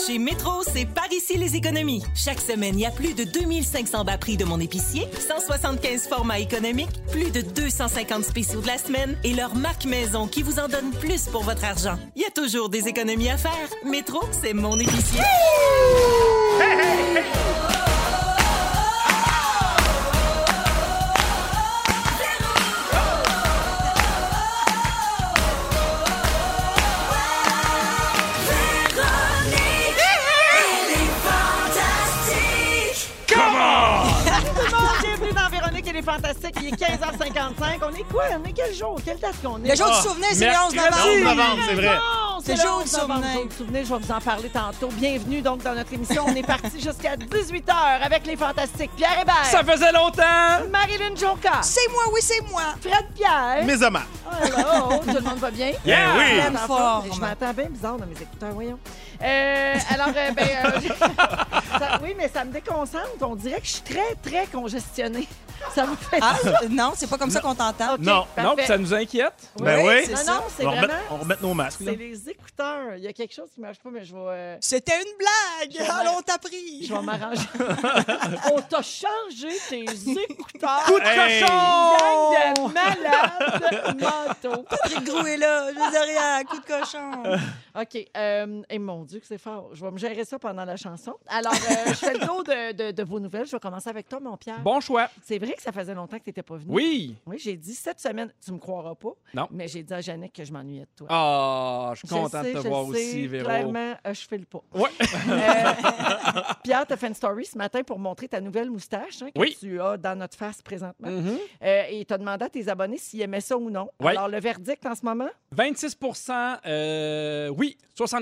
Chez Métro, c'est par ici les économies. Chaque semaine, il y a plus de 2500 bas prix de mon épicier, 175 formats économiques, plus de 250 spéciaux de la semaine et leur marque maison qui vous en donne plus pour votre argent. Il y a toujours des économies à faire. Métro, c'est mon épicier. Hey, hey, hey. Les Fantastiques, il est 15h55. On est quoi? On est quel jour? Quelle date qu'on est? Le jour du souvenir, c'est le 11 novembre. 11 novembre, c'est vrai. C'est le jour du souvenir. Je vais vous en parler tantôt. Bienvenue donc dans notre émission. On est parti jusqu'à 18h avec les Fantastiques. Pierre Hébert. Ça faisait longtemps! Marilyn Jonca. C'est moi, oui, c'est moi. Fred Pierre. Mes hommages. Hello, tout le monde va bien? Yeah, oui. Pleine forme. Je m'entends bien bizarre dans mes écouteurs, voyons. Oui, mais ça me déconcentre. On dirait que je suis très, très congestionnée. Ça me fait Ah, non, c'est pas comme ça qu'on t'entend. OK, Non. parfait. Non, puis ça nous inquiète. Ben oui. c'est Non, ça. non, c'est On vraiment... va remettre nos masques. là. C'est les écouteurs. Il y a quelque chose qui ne marche pas, mais je vais... C'était une blague. Alors, on t'a pris. Je vais m'arranger. On t'a changé tes écouteurs. Coup de Hey! Gang cochon! de malades mentaux. Patrick Grou est là. Je dis rien. Coup de cochon. OK. Et mon Dieu, que c'est fort. Je vais me gérer ça pendant la chanson. Alors, je fais le tour de vos nouvelles. Je vais commencer avec toi, mon Pierre. Bon choix. C'est vrai que ça faisait longtemps que tu n'étais pas venu. Oui. Oui, j'ai dit cette semaine, tu me croiras pas. Non. Mais j'ai dit à Jannick que je m'ennuyais de toi. Ah, je suis content sais, de te je voir sais, aussi, Véro. Clairement, je file pas. Ouais. Pierre, tu as fait une story ce matin pour montrer ta nouvelle moustache que Oui. tu as dans notre face présentement. Mhm. Et tu as demandé à tes abonnés s'ils aimaient ça ou non. Ouais. Alors, le verdict en ce moment? 26 oui.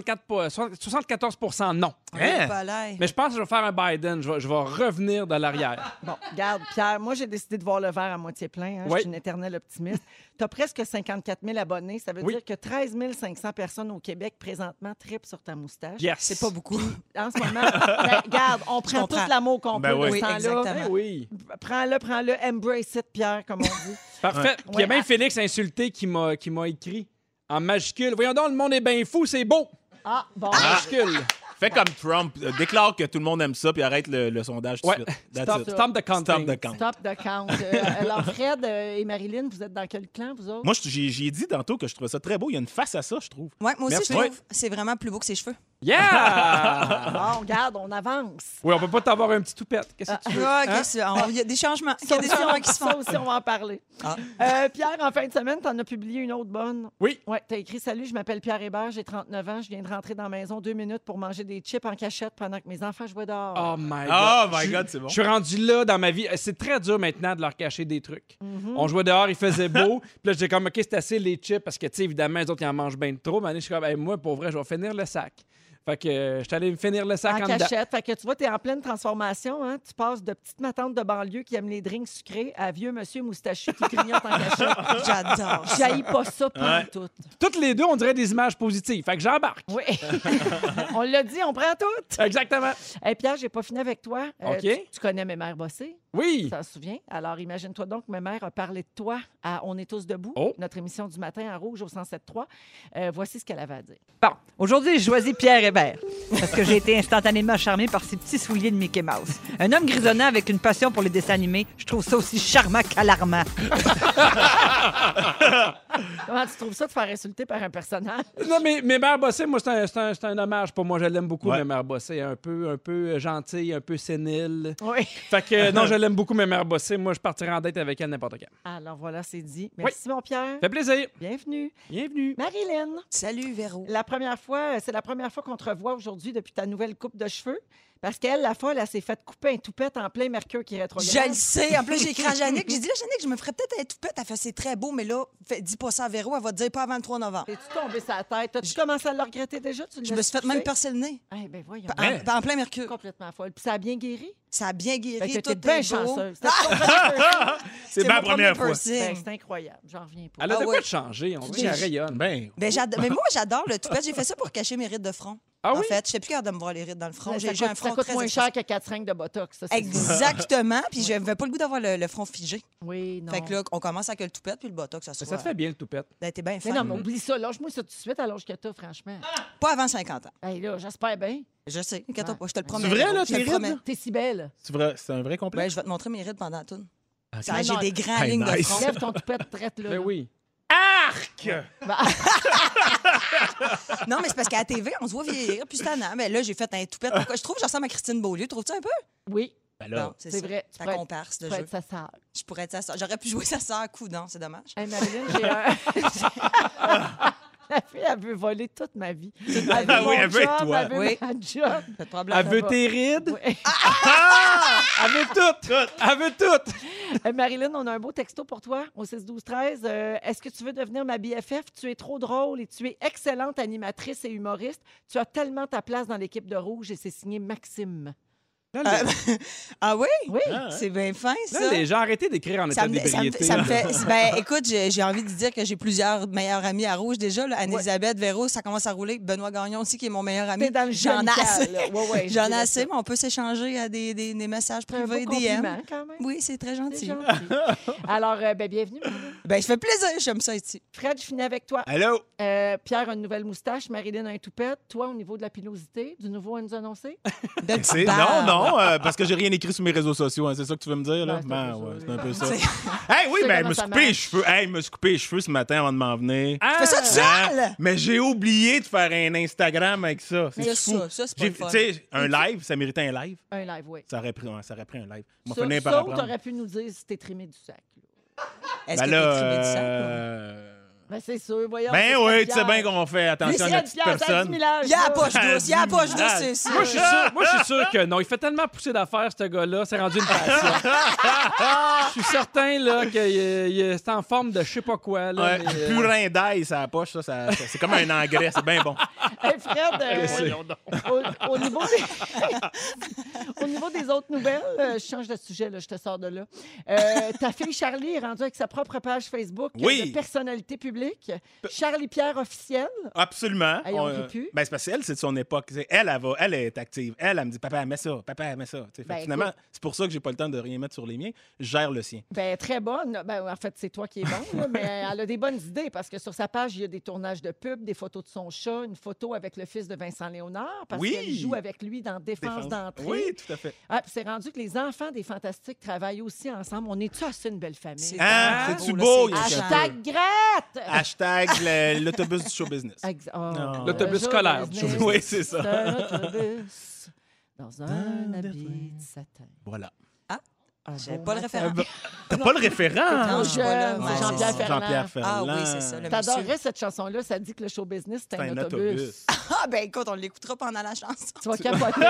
74 non. Hein? Balai. Mais je pense que je vais faire un Biden. Je vais revenir de l'arrière. Bon, regarde, Pierre, moi, j'ai décidé de voir le verre à moitié plein. Je Oui. suis une éternelle optimiste. Tu as presque 54 000 abonnés. Ça veut Oui. dire que 13 500 personnes au Québec présentement trippent sur ta moustache. Yes. C'est pas beaucoup. En ce moment, ben, regarde, on prend tout comprends. l'amour qu'on Ben peut oui. de Oui, ce temps-là. exactement. Eh oui. Prends-le, embrace it, Pierre, comme on dit. Parfait. Puis il y a même Félix insulté qui m'a écrit en majuscule. Voyons donc, le monde est bien fou, c'est beau. Ah, bon. Majuscule. Fais comme Trump. Déclare que tout le monde aime ça, puis arrête le sondage tout de Ouais. suite. That's Stop, it. stop the counting. Stop the count. Stop de count. Alors, Fred et Marilyn, vous êtes dans quel clan, vous autres? Moi, j'ai dit tantôt que je trouvais ça très beau. Il y a une face à ça, je trouve. Ouais, moi aussi, Merci. je trouve. C'est vraiment plus beau que ses cheveux. Yeah! Bon, regarde, on avance. Oui, on peut pas t'avoir un petit toupette. Qu'est-ce que tu veux? Ah, Hein? il y a des changements. Il y Ça a des aussi, changements qui se ça font. aussi, on va en parler. Ah. Pierre, en fin de semaine, tu en as publié une autre bonne. Oui. Oui, tu as écrit « Salut, je m'appelle Pierre Hébert, j'ai 39 ans, je viens de rentrer dans la maison 2 minutes pour manger des chips en cachette pendant que mes enfants jouaient dehors. Oh my God. Oh my Je- God, c'est bon. Je suis rendu là dans ma vie. C'est très dur maintenant de leur cacher des trucs. On jouait dehors, il faisait beau. Puis là, j'étais comme, OK, c'est assez les chips parce que, tu sais, évidemment, les autres, ils en mangent bien trop. Mais je suis comme, hey, moi, pour vrai, je vais finir le sac. Fait que je suis allé me finir le sac En en dedans. cachette. Fait que tu vois, tu es en pleine transformation. Hein? Tu passes de petite matante de banlieue qui aime les drinks sucrés à vieux monsieur moustachu qui grignote en cachette. J'adore. J'haïs pas ça pour Ouais. tout. Toutes les deux, on dirait des images positives. Fait que j'embarque. Oui. On l'a dit, on prend tout. Exactement. Hey, Pierre, j'ai pas fini avec toi. OK. Tu connais mes mères bossées? Oui. Ça se souvient. Alors, imagine-toi donc que ma mère a parlé de toi à On est tous debout, Oh. notre émission du matin à Rouge au 107.3. Voici ce qu'elle avait à dire. Bon, aujourd'hui, j'ai choisi Pierre Hébert parce que j'ai été instantanément charmée par ses petits souliers de Mickey Mouse. Un homme grisonnant avec une passion pour les dessins animés, je trouve ça aussi charmant qu'alarmant. Comment tu trouves ça de faire insulter par un personnage? Non, mais mes mères bossées, moi, c'est un hommage pour moi. Je l'aime beaucoup, Ouais. mes mères bossées. Un peu gentille, un peu sénile. Oui. Fait que non, je l'aime beaucoup, mes mères bossées. Moi, je partirais en date avec elle n'importe quand. Alors voilà, c'est dit. Merci, mon Pierre. Fait plaisir. Bienvenue. Bienvenue. Marilyn, Salut, Véro. c'est la première fois qu'on te revoit aujourd'hui depuis ta nouvelle coupe de cheveux. Parce qu'elle, la folle, elle s'est fait couper un toupette en plein mercure qui rétrograde. Je le sais. En plus, j'ai écrit à Jannick. J'ai dit, là, Jannick, je me ferais peut-être un toupette. Elle fait, c'est très beau, mais là, dis pas ça à Véro. Elle va te dire pas avant le 3 novembre. T'es-tu tombé sa tête? T'as-tu commencé à le regretter déjà? Tu Je me suis fait même percer. percer le nez. Eh ben voyons. En plein mercure. Complètement folle. Puis ça a bien guéri? Ça a bien Fait guéri. que Tout t'es bien est beau. chanceuse. C'était C'est ma mon première premier fois. piercing. c'est incroyable. J'en reviens pas. Elle a Ah de quoi ouais. de changer. On dirait J'ai- qu'elle rayonne. Ben, Mais moi, j'adore le toupette. J'ai fait ça pour cacher mes rides de front. Ah En oui? fait, je sais plus capable de me voir les rides dans le front. Ça J'ai un coûte, front ça coûte très moins expressif. cher que 4 seringues de Botox. Ça, c'est Exactement. Puis je n'avais pas le goût d'avoir le front figé. Oui, non. Fait que là, on commence avec le toupette puis le botox, ça se Ça te fait bien, le toupette. T'es bien Mais fin. non, mais oublie ça. Lâche-moi ça tout de suite à l'âge que t'as, franchement. Pas avant 50 ans. Hey, là, j'espère bien. Je sais, inquiète-toi pas, je te le promets. C'est vrai, là, Je te tes le rides, promets. là? T'es si belle. C'est un vrai complet? Ben, je vais te montrer mes rides pendant la toune. Ok. Ça, j'ai des grandes Hey, lignes de nice. front. Lève ton toupette traite là. Ben oui. Arc! Non, mais c'est parce qu'à la TV, on se voit vieillir, puis c'est tannant. Mais là, j'ai fait un toupette. Pourquoi? Je trouve que je ressemble à Christine Beaulieu. Trouves-tu un peu? Oui, Ben là, Bon, c'est ça. vrai. C'est la comparse de Tu peux jeu. être sa sœur. Je pourrais être sa sœur. J'aurais pu jouer sa sœur à coup, non? C'est dommage. Hey, Marilyn, j'ai un... La fille, elle veut voler toute ma vie. Elle veut Ah oui, mon elle veut être job, toi. elle veut Oui. ma job. Pas de problème. Elle veut va. tes rides. Oui. Elle veut tout. Elle veut tout. Marilyn, on a un beau texto pour toi au 6-12-13. Est-ce que tu veux devenir ma BFF? Tu es trop drôle et tu es excellente animatrice et humoriste. Tu as tellement ta place dans l'équipe de Rouge et c'est signé Maxime. Ah oui? Oui. C'est bien fin, ça. Là, les gens arrêtez d'écrire en état d'ébriété. Ça me fait. Ben, écoute, j'ai envie de dire que j'ai plusieurs meilleurs amis à Rouge déjà. Là. Anne-Elisabeth, Véro, ça commence à rouler. Benoît Gagnon aussi, qui est mon meilleur ami. T'es dans le J'en ai génital, assez. là. Ouais, ouais, je J'en ai dirais assez, ça. mais on peut s'échanger à des messages C'est un beau privés, DM. compliment, quand même. Oui, c'est très C'est gentil. gentil. Alors, bienvenue. Marilyn. Ben, je fais plaisir, j'aime ça ici. Fred, je finis avec toi. allô? Pierre a une nouvelle moustache, Marilyn a un toupette. Toi, au niveau de la pilosité, du nouveau à nous annoncer? De petite Non, barbe. non, parce que j'ai rien écrit sur mes réseaux sociaux. Hein, c'est ça que tu veux me dire, là? Ben, c'est un peu Ouais, ça, c'est un peu ça. C'est- Hey, oui, sais ben, comment me suis ça coupé les marche. cheveux. Hey, me suis coupé les cheveux ce matin avant de m'en venir. Fais ça tout seul! Hein? Mais j'ai oublié de faire un Instagram avec ça. Mais C'est fou. ça, c'est pas J'ai- le fun. Tu sais, un live, ça méritait un live. Un live, oui. Ça aurait pris un live. On Ça, finit par ça, apprendre. Ben t'aurais pu nous dire si t'es trimé du sac. Est-ce Ben que là, t'es trimé du sac? Ben, c'est sûr, voyons. ben c'est oui, Fred tu sais bien Pierre. qu'on fait attention à Mais notre Fred petite Pierre, ça a personne. 10 000 âges, Il y a la là. poche douce, il y a la poche douce, Ah, c'est sûr. Moi, je suis sûr que non. Il fait tellement pousser d'affaires, ce gars-là. C'est rendu une passion. Je suis certain là, que c'est en forme de je sais pas quoi. Là, Ouais, mais, purin d'ail, ça poche, ça, c'est comme un engrais, c'est bien bon. Hey, Fred, Voyons donc. au niveau au niveau des autres nouvelles, je change de sujet, là, je te sors de là. Ta fille Charlie est rendue avec sa propre page Facebook Oui. de personnalité publique. Charlie Pierre officiel. Absolument. Hey, on rit plus. Ben, c'est parce qu'elle, c'est de son époque. Elle est active. Elle me dit, papa, mets ça. Papa, mets ça. Tu sais, fait que Ben, finalement, écoute. c'est pour ça que j'ai pas le temps de rien mettre sur les miens. Je gère le sien. Ben, très bonne. Ben, en fait, c'est toi qui es bon, là, mais elle a des bonnes idées parce que sur sa page, il y a des tournages de pub, des photos de son chat, une photo avec le fils de Vincent Léonard parce Oui. qu'elle joue avec lui dans Défense d'entrée. Oui, tout à fait. Ah, puis c'est rendu que les enfants des Fantastiques travaillent aussi ensemble. On est-tu assez une belle famille? C'est Hein? tellement C'est-tu là, beau? c'est Il y a touchant. Hashtag Grette! Hashtag l'autobus du show business. Oh, L'autobus le scolaire jour du business, show. Oui, c'est ça. C'est un autobus dans un habit de satin. Voilà. Un J'avais beau pas le matin. référent. T'as pas le référent? Trop je suis pas là. jeune, Ouais, c'est c'est Jean-Pierre ça. Ferland. Jean-Pierre Ferland. Ah oui, c'est ça, le T'adorerais monsieur. cette chanson-là, ça dit que le show business, c'est C'est un autobus. Ah, ben écoute, on l'écoutera pendant la chanson. Tu vas capoter.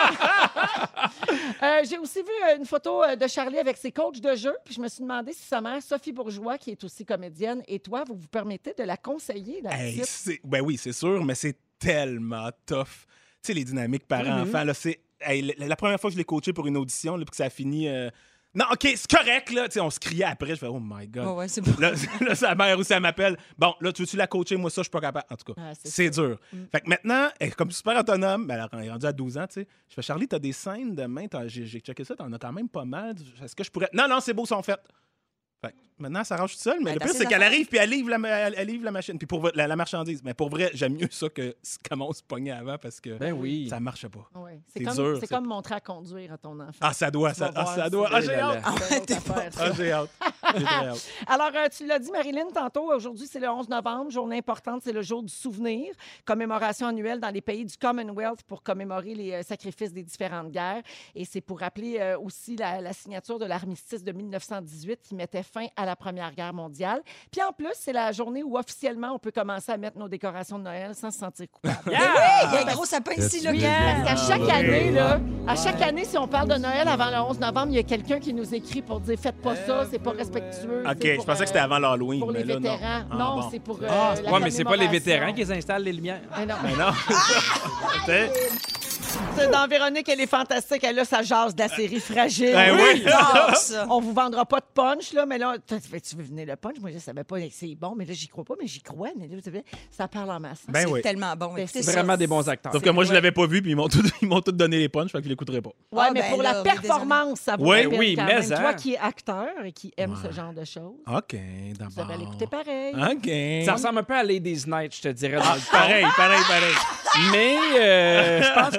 J'ai aussi vu une photo de Charlie avec ses coachs de jeu, puis je me suis demandé si sa mère, Sophie Bourgeois, qui est aussi comédienne, et toi, vous vous permettez de la conseiller, la Hey, petite? ben oui, c'est sûr, mais c'est tellement tough. Tu sais, les dynamiques parents-enfants, là, c'est... Hey, la première fois que je l'ai coaché pour une audition, là, puis que ça a fini... Non, OK, c'est correct, là. Tu sais, on se criait après. Je fais, oh my God. Ouais, c'est bon. Là, sa mère aussi, elle m'appelle. Bon, là, tu veux-tu la coacher? Moi, ça, je suis pas capable. En tout cas, Ah, c'est c'est dur. Fait que maintenant, elle est comme super autonome. Ben, elle est rendue à 12 ans, tu sais. Je fais, Charlie, t'as des scènes de main. J'ai checké ça, t'en as quand même pas mal. Est-ce que je pourrais. Non, non, c'est beau, sont faites. Fait que maintenant, ça arrange tout seul. Mais Ben, le t'as pire, ses c'est qu'elle affaires. arrive, puis elle livre la machine. Puis pour vrai, la marchandise. Mais pour vrai, j'aime mieux ça que comment on se pognait avant parce que Ben oui. ça marche pas. Ouais. C'est C'est dur, comme, c'est- comme montrer à conduire à ton enfant. Ah, ça doit, Tu vas ça, ah, voir, ça doit. c'est- Ah, j'ai là, hâte. là. C'est une autre affaire, ça. Ah, j'ai hâte. J'ai très hâte. Alors, tu l'as dit, Marilyn, tantôt, aujourd'hui, c'est le 11 novembre, journée importante, c'est le jour du souvenir, commémoration annuelle dans les pays du Commonwealth pour commémorer les sacrifices des différentes guerres. Et c'est pour rappeler aussi la signature de l'armistice de 1918 qui mettait fin à la Première Guerre mondiale. Puis en plus, c'est la journée où officiellement on peut commencer à mettre nos décorations de Noël sans se sentir coupable. Il y a un gros sapin ici, là. Oui, parce qu'à chaque année, là, à chaque année, si on parle de Noël avant le 11 novembre, il y a quelqu'un qui nous écrit pour dire faites pas ça, c'est pas respectueux. OK, c'est je pour, pensais que c'était avant l'Halloween. pour les mais là, non. vétérans. Ah, Non, bon. c'est pour Ah, la Ouais, mais c'est pas les commémoration. vétérans qui installent les lumières. Mais non. Mais non. T'sais? C'est dans Véronique, elle est fantastique. Elle a sa jase de la série Fragile. Ben oui. J'adore ça. On vous vendra pas de punch, là, mais là, tu veux venir le punch? Moi, je savais pas, c'est bon, mais là, j'y crois pas, mais j'y crois. Mais là, vous savez, ça parle en masse. Ben C'est oui. tellement bon. Ben, Écoutez c'est ça. Vraiment des bons acteurs. Sauf que moi, je l'avais pas vu, puis ils m'ont tous donné les punchs, fait que je l'écouterai pas. Ouais, Ah, mais ben pour là, la on est performance, ça vaut Oui, la peine oui, quand mais même. hein. Toi qui es acteur et qui aime ce genre de choses, OK, tu d'abord. devrais l'écouter pareil. OK. Ça ressemble un peu à Ladies Night, je te dirais, dans le temps. Pareil. Mais je pense que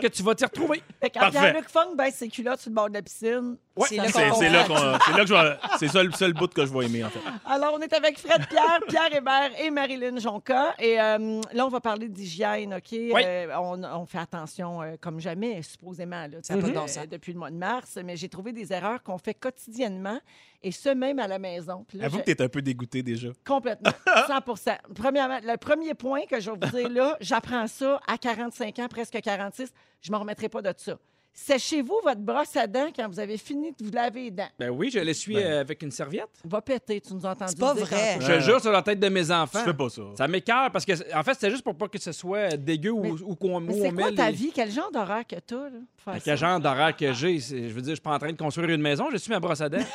que tu vas t'y retrouver. Fait quand Parfait. Pierre-Luc Funk baisse ses culottes sur le bord de la piscine. Ouais. C'est là C'est qu'on c'est là que je vais. C'est ça le seul bout que je vais aimer, en fait. Alors, on est avec Fred Pierre, Pierre Hébert et Marilyn Jonca. Et là, on va parler d'hygiène, OK? On fait attention comme jamais, supposément, là, Ça a pas de bon sens. depuis le mois de mars. Mais j'ai trouvé des erreurs qu'on fait quotidiennement, et ce, même à la maison. Puis là, Avoue que t'es un peu dégoûté déjà. Complètement, 100 Premièrement, le premier point que je vais vous dire là, j'apprends ça à 45 ans, presque 46, je ne m'en remettrai pas de ça. Séchez-vous votre brosse à dents quand vous avez fini de vous laver les dents. Ben oui, je l'essuie avec une serviette. Va péter, tu nous as entendu C'est pas dire vrai. tantôt. Je te jure sur la tête de mes enfants. Tu fais pas ça. Ça m'écoeure parce que, en fait, c'était juste pour pas que ce soit dégueu ou qu'on Mais où c'est on quoi met ta les... vie? Quel genre d'horaire que t'as, là? pour faire ça? Quel genre d'horaire que j'ai? Je veux dire, je suis pas en train de construire une maison, je suis ma brosse à dents.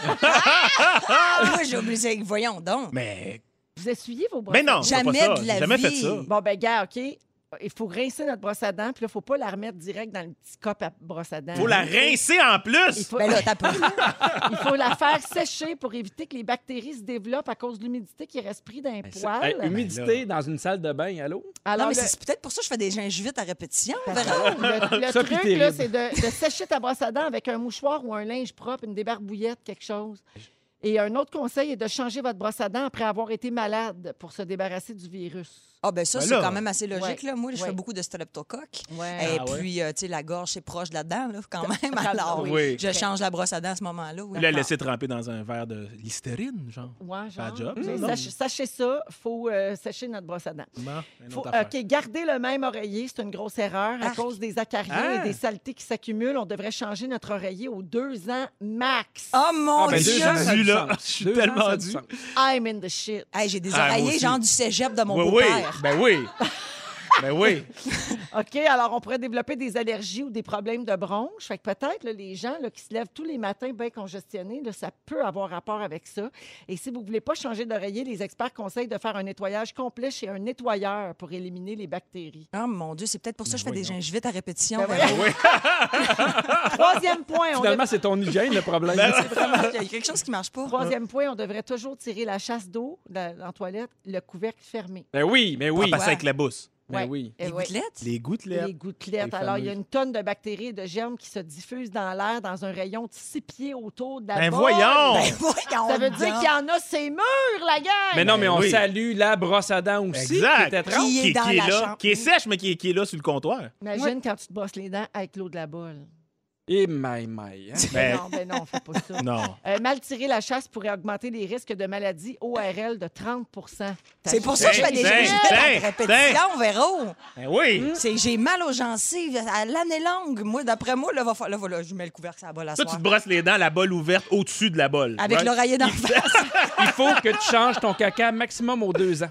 Moi, j'ai oublié. Voyons donc. Mais. Vous essuyez vos brosses Mais non, à dents? c'est pas Jamais ça. de la J'ai jamais fait vie. ça. Bon, ben gars, OK. Il faut rincer notre brosse à dents, puis là, il ne faut pas la remettre direct dans le petit cop à brosse à dents. Faut la rincer en Il plus. faut, Ben là, t'as pas. il faut la faire sécher pour éviter que les bactéries se développent à cause de l'humidité qui reste prise dans les poils. Hey, humidité dans une salle de bain, allô? Alors, Non, mais le- c'est peut-être pour ça que je fais des gingivites à répétition. Véro. le Ça, puis truc, là, terrible. c'est de sécher ta brosse à dents avec un mouchoir ou un linge propre, une débarbouillette, quelque chose. Et un autre conseil est de changer votre brosse à dents après avoir été malade pour se débarrasser du virus. Ah, ben ça, Ben c'est là. quand même assez logique. Ouais. Là. Moi, je Ouais. fais beaucoup de streptocoque. Ouais. Et Ah ouais? puis, tu sais, la gorge, c'est proche là-dedans, là, quand même. Ah, Alors, oui. je change la brosse à dents à ce moment-là. Oui. Vous la laissez tremper dans un verre de listerine, genre. Ouais, Pas genre. de job, Mais ça, non? sachez ça, il faut sécher notre brosse à dents. Bon, une Faut, autre affaire. OK, garder le même oreiller, c'est une grosse erreur. À Arc. cause des acariens Ah. et des saletés qui s'accumulent, on devrait changer notre oreiller aux 2 ans max. Oh mon Ah, ben, Dieu! 2 ans, ça a du dû, là. sens. Je suis 2 ans, tellement ça a du dû. sens. I'm in the shit. Hey, j'ai des Ah, moi oreillers aussi. genre du cégep de mon Oui, oui. beau-père. Ben oui. Ben oui. OK, alors on pourrait développer des allergies ou des problèmes de bronches. Fait que peut-être là, les gens là, qui se lèvent tous les matins bien congestionnés, là, ça peut avoir rapport avec ça. Et si vous ne voulez pas changer d'oreiller, les experts conseillent de faire un nettoyage complet chez un nettoyeur pour éliminer les bactéries. Oh mon Dieu, c'est peut-être pour ça que je fais des voyons. gingivites à répétition. Ben Véro. Oui. Troisième point, Finalement, c'est ton hygiène, le problème. C'est vraiment, il y a quelque chose qui marche pas. Troisième point, on devrait toujours tirer la chasse d'eau en toilette, le couvercle fermé. Ben oui, mais oui. En passant avec la bousse. Ben Ouais. oui. Et Les ouais. gouttelettes? Les gouttelettes. Les gouttelettes. Les Alors, il y a fameuses. une tonne de bactéries et de germes qui se diffusent dans l'air dans un rayon de 6 pieds autour de la Ben bolle. voyons! Ben voyons Ça veut dire donc. qu'il y en a ces murs, la gang! Mais non, mais on oui. salue la brosse à dents aussi. Exact. Qui était trempe. Qui est dans Qui est la là, chambre. qui est sèche, mais qui est là sur le comptoir. Imagine quand tu te brosses les dents avec l'eau de la bolle. Et maï. Hein? Ben, Ben non, fais pas ça. non. Mal tirer la chasse pourrait augmenter les risques de maladies ORL de 30 C'est pour ça que je fais des Tiens, gingivites tiens, à répétition, Véro. Ben oui. C'est j'ai mal aux gencives à l'année longue. Moi, d'après moi, là, voilà, je mets le couvercle à la bolle à Toi, tu soir. te brosses les dents, la bolle ouverte au-dessus de la bolle. Avec Right? l'oreiller d'en face. Il faut que tu changes ton caca maximum aux 2 ans.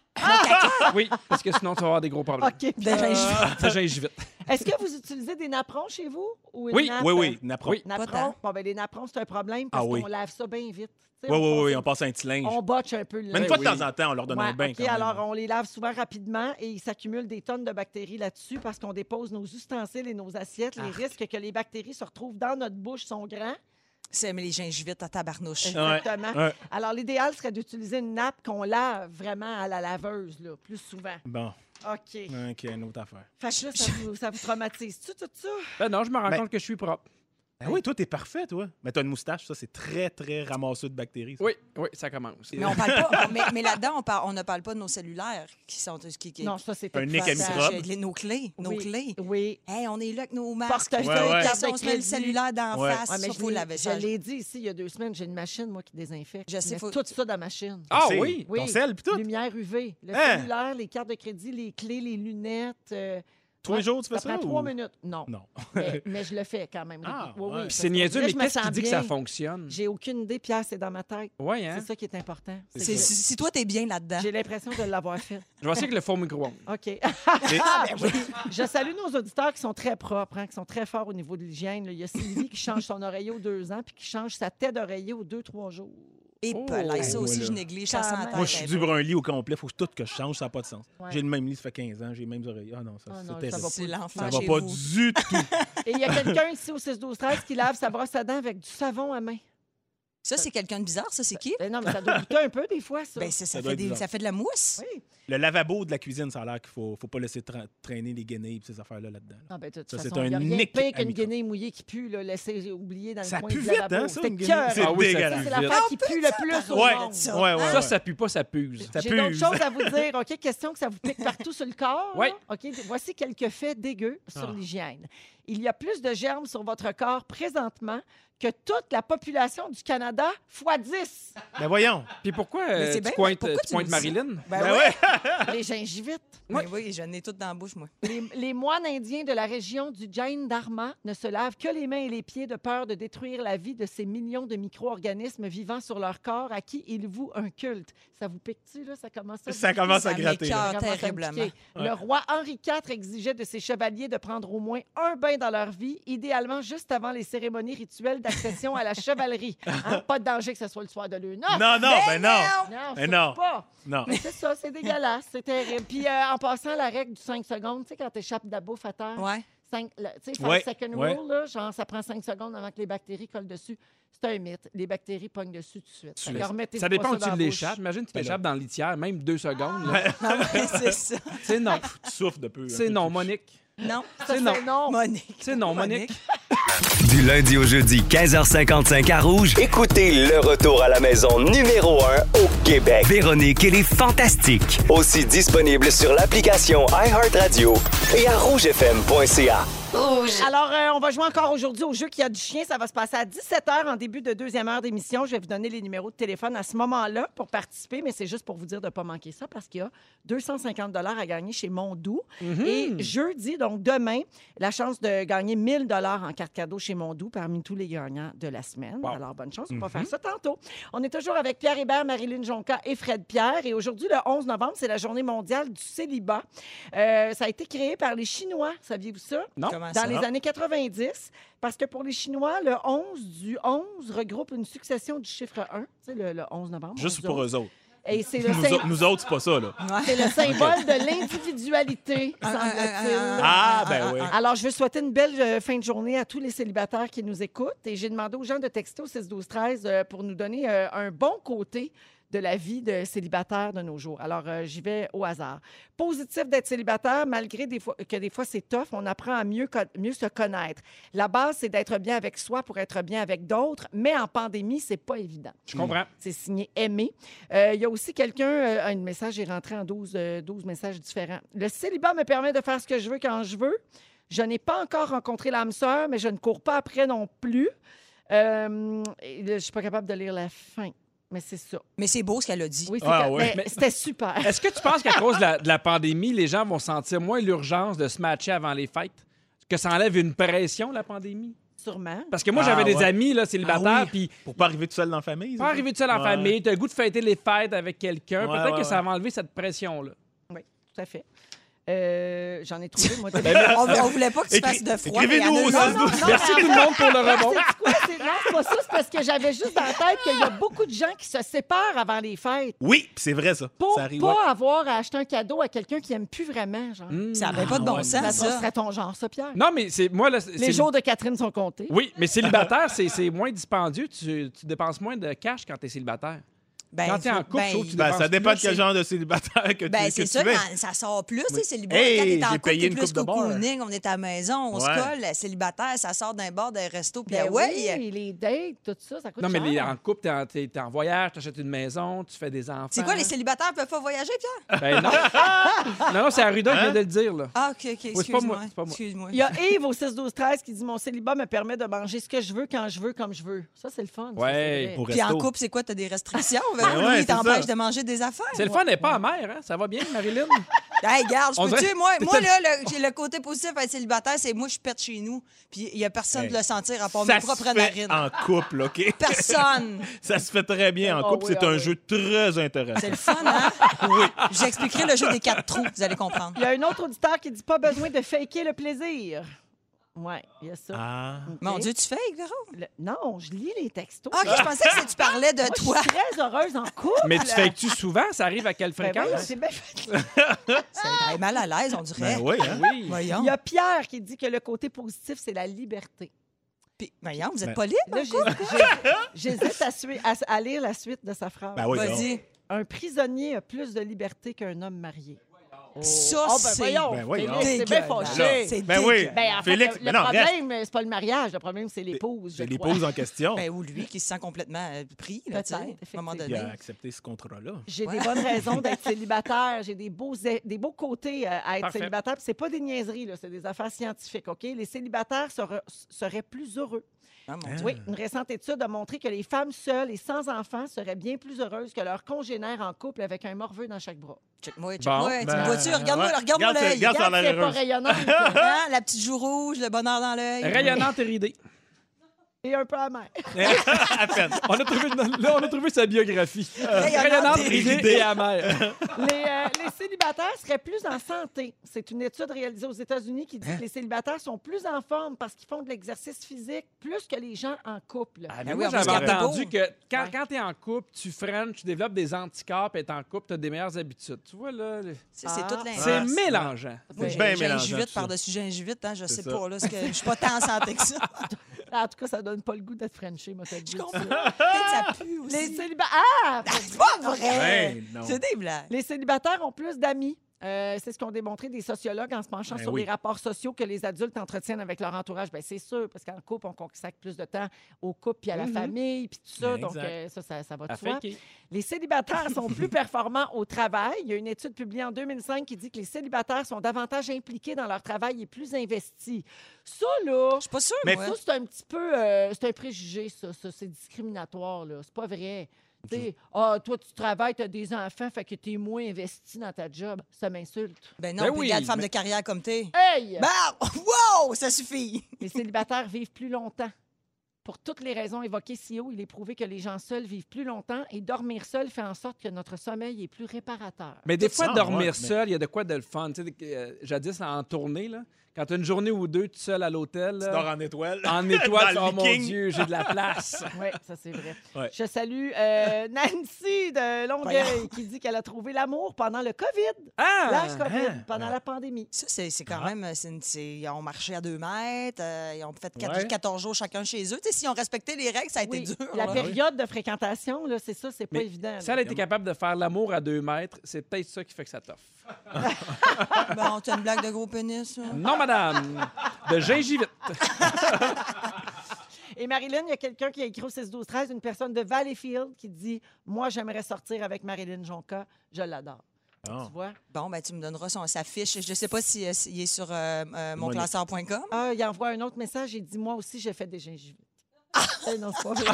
Oui, parce que sinon, tu vas avoir des gros problèmes. OK. De gingivites. Ta gingivite. Est-ce que vous utilisez des napperons chez vous? Ou une Oui, nappe? Oui, napperon. Oui. Napperons? Pas tant. Bon, ben, les napperons, c'est un problème parce Ah oui. qu'on lave ça bien vite. Tu sais, Oui, passe- on passe un petit linge. On botche un peu le Mais une linge. fois de oui. temps en temps, on leur donne Ouais, un bain. OK, quand même. alors on les lave souvent rapidement et il s'accumule des tonnes de bactéries là-dessus parce qu'on dépose nos ustensiles et nos assiettes. Les risques que les bactéries se retrouvent dans notre bouche sont grands. Mais les gingivites à tabarnouche. Exactement. Ouais. Alors, l'idéal serait d'utiliser une nappe qu'on lave vraiment à la laveuse, là, plus souvent. Bon, OK. OK, une autre affaire. Fait que là, ça vous traumatise-tu, tout ça? Ben non, je me rends Ben- compte que je suis propre. Ben oui, toi, t'es parfait, toi. Mais t'as une moustache, ça, c'est très, très ramasseux de bactéries. ça. Oui, ça commence. Mais on parle pas. Mais là-dedans, on ne parle pas de nos cellulaires qui sont. Non, ça, c'est Un nez à épouvantable. microbe. Nos clés. Nos Oui. clés. Oui. Hey, on est là avec nos masques. Portefeuille, Ouais, ouais. carte de On se met le crédit. cellulaire d'en Ouais. face. Ouais, mais Ça, faut laver ça. je l'ai dit ici il y a 2 semaines, j'ai une machine, moi, qui désinfecte. Je sais, mets faut- tout ça dans la machine. Ah C'est- oui? Oui. Ton sel, puis tout. Lumière UV. Le Hein? cellulaire, les cartes de crédit, les clés, les lunettes. Tous les jours, tu fais ça? prend 3 ou- minutes. Non. Non. Mais je le fais quand même. Ah, oui, ouais. oui, Puis parce C'est qu'on niaiseux, dirait mais je me qu'est-ce qui sens dit que ça bien. fonctionne? J'ai aucune idée, Pierre, c'est dans ma tête. Oui, hein? C'est ça qui est important. C'est C'est- que Si toi, t'es bien là-dedans. J'ai l'impression de l'avoir fait. Je vais essayer avec le faux micro-ondes. OK. Et- Je salue nos auditeurs qui sont très propres, hein, qui sont très forts au niveau de l'hygiène. là. Il y a Sylvie qui change son oreiller aux 2 ans puis qui change sa tête d'oreiller aux 2-3 jours. Et Oh. ça aussi, Ouais, je là. néglige ça Quand sans même. tête. Moi, je suis dû un peu. pour un lit au complet. Faut que tout que je change, ça n'a pas de sens. Ouais. J'ai le même lit, ça fait 15 ans, j'ai les mêmes oreilles. Ah non, ça, Ah c'est non, ça terrible. va C'est l'enfant Ça va chez pas vous. du tout. Et il y a quelqu'un ici au 6-12-13 qui lave sa brosse à dents avec du savon à main. Ça, c'est quelqu'un de bizarre, ça, c'est qui? Non, mais ça doit goûter un peu des fois, ça. Ben, ça doit fait être bizarre. ça fait de la mousse. Oui. Le lavabo de la cuisine, ça a l'air qu'il faut pas laisser traîner les guenilles et ces affaires-là là-dedans. Non, ben, de toute Ça, façon, c'est un il y a rien de nick pire à qu'une micro. guenille mouillée qui pue, là, laissée oubliée dans Ça le coin pue du vite, lavabo. hein, ça, C'était une guenille? cœur. C'est Ah oui, ça dégueulasse. C'est pue l'affaire vite. qui pue le plus au Ouais, monde. ouais. Ça pue pas, ça puse. Ça J'ai pue. d'autres choses à vous dire. OK, question que ça vous pique partout sur le corps. Oui. là. OK, voici quelques faits dégueux sur Ah. l'hygiène. Il y a plus de germes sur votre corps présentement que toute la population du Canada fois 10. Ben voyons. Puis pourquoi Mais c'est tu bien, pointes, pourquoi tu tu pointes me dis ça? Marilyn? Ben ouais. Les gingivites. Mais oui, j'en ai toutes dans la bouche, moi. Les moines indiens de la région du Jain Dharma ne se lavent que les mains et les pieds de peur de détruire la vie de ces millions de micro-organismes vivant sur leur corps à qui ils vouent un culte. Ça vous pique-tu, là? Ça commence à Ça commence à Ça gratter. là. m'écoeure Ça commence à me terriblement. piquer. Le roi Henri IV exigeait de ses chevaliers de prendre au moins un bain dans leur vie, idéalement juste avant les cérémonies rituelles d'accession à la chevalerie. Hein? Pas de danger que ce soit le soir de lune. Non, non, ben non. Non, Mais surtout non. pas. Non. Mais c'est ça, c'est dégueulasse, c'est terrible. Puis en passant, la règle du 5 secondes, tu sais, quand tu échappes de la bouffe à terre, Ouais. 5, tu sais, 5 Ouais, second ouais. rule, là, genre ça prend 5 secondes avant que les bactéries collent dessus. C'est un mythe. Les bactéries pognent dessus tout de suite. Fait que remettez-vous Ça pas dépend où dans tu la l'échappes. bouche. Imagine, tu Ben l'échappes dans le litière, même 2 secondes. là. Ah ouais, c'est ça. C'est non. Tu souffles de peu. C'est non, Monique. Non. Ça, C'est non. non. Monique. C'est non, Monique. Du lundi au jeudi, 15h55 à Rouge. Écoutez le retour à la maison numéro 1 au Québec. Véronique et les Fantastiques. Aussi disponible sur l'application iHeartRadio et à rougefm.ca. Alors, on va jouer encore aujourd'hui au jeu qui a du chien. Ça va se passer à 17h en début de deuxième heure d'émission. Je vais vous donner les numéros de téléphone à ce moment-là pour participer, mais c'est juste pour vous dire de ne pas manquer ça parce qu'il y a 250 à gagner chez Mondou. Et jeudi, donc demain, la chance de gagner 1000 en carte cadeau chez Mondou parmi tous les gagnants de la semaine. Wow. Alors, bonne chance, on va faire ça tantôt. On est toujours avec Pierre Hébert, Marilyn Jonca et Fred Pierre. Et aujourd'hui, le 11 novembre, c'est la journée mondiale du célibat. Ça a été créé par les Chinois, saviez-vous ça? Non. Comment Dans ça? les années 90, parce que pour les Chinois, le 11 du 11 regroupe une succession du chiffre 1, tu sais, le 11 novembre. Juste 11 pour du eux autres. Et c'est le, Nous autres, c'est pas ça, là. c'est le symbole de l'individualité, semble-t-il. Ah, ben oui. Alors, je veux souhaiter une belle fin de journée à tous les célibataires qui nous écoutent. Et j'ai demandé aux gens de texter au 6-12-13 pour nous donner un bon côté de la vie de célibataire de nos jours. Alors, j'y vais au hasard. Positif d'être célibataire, malgré des fois c'est tough, on apprend à mieux se connaître. La base, c'est d'être bien avec soi pour être bien avec d'autres, mais en pandémie, c'est pas évident. Je comprends. C'est signé Aimé. Il y a aussi quelqu'un, un message est rentré en 12 messages différents. Le célibat me permet de faire ce que je veux quand je veux. Je n'ai pas encore rencontré l'âme sœur, mais je ne cours pas après non plus. Je ne suis pas capable de lire la fin. Mais c'est ça. Mais c'est beau ce qu'elle a dit. Oui, c'est Ah, que- ouais. mais c'était super. Est-ce que tu penses qu'à cause de la pandémie, les gens vont sentir moins l'urgence de se matcher avant les fêtes? Que ça enlève une pression, la pandémie? Sûrement. Parce que moi, Ah, j'avais des ouais. amis là, célibataires, Ah oui. puis Pour pas arriver tout seul dans la famille. pas arriver tout seul en Ouais. famille, t'as le goût de fêter les fêtes avec quelqu'un. Ouais, Peut-être ouais, que ça ouais. va enlever cette pression-là. Oui, tout à fait. J'en ai trouvé, moi. On voulait pas que tu fasses de froid. mais il y en a Écrivez-nous au une. 6-12. Merci tout le monde pour le rebond. C'est quoi? Non, c'est pas ça. C'est parce que j'avais juste dans la tête qu'il y a beaucoup de gens qui se séparent avant les fêtes Oui, puis c'est vrai, ça. pour Ça arrive. pas ouais. avoir à acheter un cadeau à quelqu'un qui aime plus vraiment. Genre. Ça n'avait pas de bon ouais. Ça sens, ça. serait ton genre, ça, Pierre. Non, mais c'est moi là. Les jours de Catherine sont comptés. Oui, mais célibataire, c'est moins dispendieux. Tu dépenses moins de cash quand t'es célibataire. Ben, Quand t'es en couple, je trouve que tu Ben, ça dépenses dépend de plus, quel c'est- genre de célibataire que Ben, tu c'est que ça, tu es. mais ça sort plus, tu sais, célibataire. Hey, quand t'es j'ai en couple, payé t'es une plus coupe de bar. cocooning, on est à la maison, on se Ouais. colle. Célibataire, ça sort d'un bar, d'un resto, puis Ben ouais. oui, les dates, tout ça, ça coûte Non, mais cher. en couple, t'es en voyage, t'achètes une maison, tu fais des enfants. C'est quoi, les célibataires peuvent pas voyager, Pierre? Ben non. non, c'est Arruda qui vient de le dire, là. Ah, OK, c'est pas excuse-moi. moi, c'est pas moi. Excuse-moi. Il y a Yves au 6-12-13 qui dit « Mon célibat me permet de manger ce que je veux, quand je veux, comme je veux. » Ça, c'est le fun. ça, Ouais, c'est vrai. Au Puis en resto. couple, c'est quoi? T'as des restrictions? ouais, Lui, il c'est t'empêche ça. de manger des affaires. C'est le fun, elle n'est pas amère, hein? Ça va bien, Marilyn? Hey, regarde, je On peux dirait- dire, moi là, j'ai le côté positif à être célibataire, c'est moi, je pète chez nous, puis il y a personne Hey. de le sentir à part Ça mes se propres fait narines. en couple, OK? Personne. Ça se fait très bien en Ah couple. oui, C'est ah un oui. jeu très intéressant. C'est le fun, hein? Oui. J'expliquerai le jeu des 4 trous, vous allez comprendre. Il y a un autre auditeur qui dit « Pas besoin de faker le plaisir. » Oui, il y a ça. Ah. OK. Mon Dieu, tu fais, Véro? Non, je lis les textos. Ah, OK, je pensais que tu parlais de Moi, toi. je suis très heureuse en couple. Mais tu fais-tu souvent? Ça arrive à quelle Ben voyons, fréquence? c'est bien fait. Elle est mal à l'aise, on dirait. Ben oui, hein? Oui. Voyons. Il y a Pierre qui dit que le côté positif, c'est la liberté. Puis, voyons, vous êtes pas libre? Là, j'hésite à lire la suite de sa phrase. Ben oui, Vas-y. Un prisonnier a plus de liberté qu'un homme marié. Ça, Oh, ben c'est... voyons, Ben oui, Félix, non. c'est bien dégueulasse. fâché. C'est Ben oui. dégueulasse. Ben, en fait, Félix, le mais non, problème, c'est pas le mariage. Le problème, c'est l'épouse, je C'est crois. l'épouse en question Ben, ou lui qui se sent complètement pris, là, tu sais, à Peut-être, un moment qui donné. a accepté ce contrat-là. J'ai des bonnes raisons d'être célibataire. J'ai des beaux côtés à être Parfait. célibataire. Puis c'est pas des niaiseries, là, c'est des affaires scientifiques, OK? Les célibataires seraient plus heureux. Ah, mon Dieu. Oui, une récente étude a montré que les femmes seules et sans enfants seraient bien plus heureuses que leurs congénères en couple avec un morveux dans chaque bras. Check-moi. Bon, Tu ben, me vois-tu? Regarde-moi, ouais. regarde-moi Regarde, l'œil. regarde. Ça a l'air c'est pas heureuse. rayonnant. Hein? La petite joue rouge, le bonheur dans l'œil. Rayonnante et ridée. Et un peu amer. À peine. On a trouvé sa biographie. Rayonnante Rayonnante, et ridée et amère. Les célibataires seraient plus en santé. C'est une étude réalisée aux États-Unis qui dit que les célibataires sont plus en forme parce qu'ils font de l'exercice physique plus que les gens en couple. Ah, Ben mais oui, moi, on va se j'avais garder entendu beau. que quand, Ouais. quand tu es en couple, tu freines, tu développes des anticorps, et en couple, tu as des meilleures habitudes. Tu vois, là, C'est Ah. toute l'inverse. c'est Ah, mélangeant. C'est Oui. bien mélangeant, Gingivite tout ça. par-dessus gingivite, hein, je C'est sais ça. pas, là, je suis pas tant en santé que ça. En tout cas, ça donne pas le goût d'être Frenché, moi, Je comprends. Peut-être que ça pue aussi. Les célibataires... Ah! C'est pas vrai! Ben, non. C'est des blagues. Les célibataires ont plus d'amis. C'est ce qu'ont démontré des sociologues en se penchant Ben sur oui. les rapports sociaux que les adultes entretiennent avec leur entourage. Bien, c'est sûr, parce qu'en couple, on consacre plus de temps au couple puis à la famille, puis tout ça. Exact. Donc, ça va de À soi. faker. Les célibataires sont plus performants au travail. Il y a une étude publiée en 2005 qui dit que les célibataires sont davantage impliqués dans leur travail et plus investis. Ça, là... Je suis pas sûre, Mais moi. Ça, c'est un petit peu... c'est un préjugé, ça. C'est discriminatoire, là. C'est pas vrai. Tu sais, toi, tu travailles, tu as des enfants, fait que tu es moins investi dans ta job. Ça m'insulte. Ben non, Ben puis oui, regarde, femme mais- de carrière comme t'es. Hey! Ben, wow! Ça suffit! Les célibataires vivent plus longtemps. Pour toutes les raisons évoquées si haut, il est prouvé que les gens seuls vivent plus longtemps et dormir seul fait en sorte que notre sommeil est plus réparateur. Mais des Tout fois, ça, dormir ouais, mais- seul, il y a de quoi de le fun. Tu sais, jadis, en tournée, là, quand tu as une journée ou deux tout seul à l'hôtel, Tu là, dors en étoile. en étoile, Dans le oh mon Viking. Dieu, j'ai de la place. Oui, ça, c'est vrai. Ouais. Je salue Nancy de Longueuil qui dit qu'elle a trouvé l'amour pendant le COVID. Ah! L'âge COVID, hein? pendant la pandémie. Ça, c'est quand même... Ils ont marché à 2 mètres, ils ont fait Ouais. 14 jours chacun chez eux. Tu sais, s'ils ont respecté les règles, ça a été Oui, dur. la là. période de fréquentation, là, c'est ça, c'est pas Mais évident. Si elle a été capable de faire l'amour à 2 mètres, c'est peut-être ça qui fait que ça t'offre. Bon, t'as une blague de gros pénis, ça? Non, madame. De gingivite. Et Marilyn, il y a quelqu'un qui a écrit au 6-12-13, une personne de Valleyfield qui dit « Moi, j'aimerais sortir avec Marilyn Jonca. Je l'adore. Ah. Tu vois? Bon, ben tu me donneras sa fiche. Je ne sais pas s'il est sur monclasseur.com. Ah, il envoie un autre message. Il dit « Moi aussi, j'ai fait des gingivites. Non, c'est pas vrai.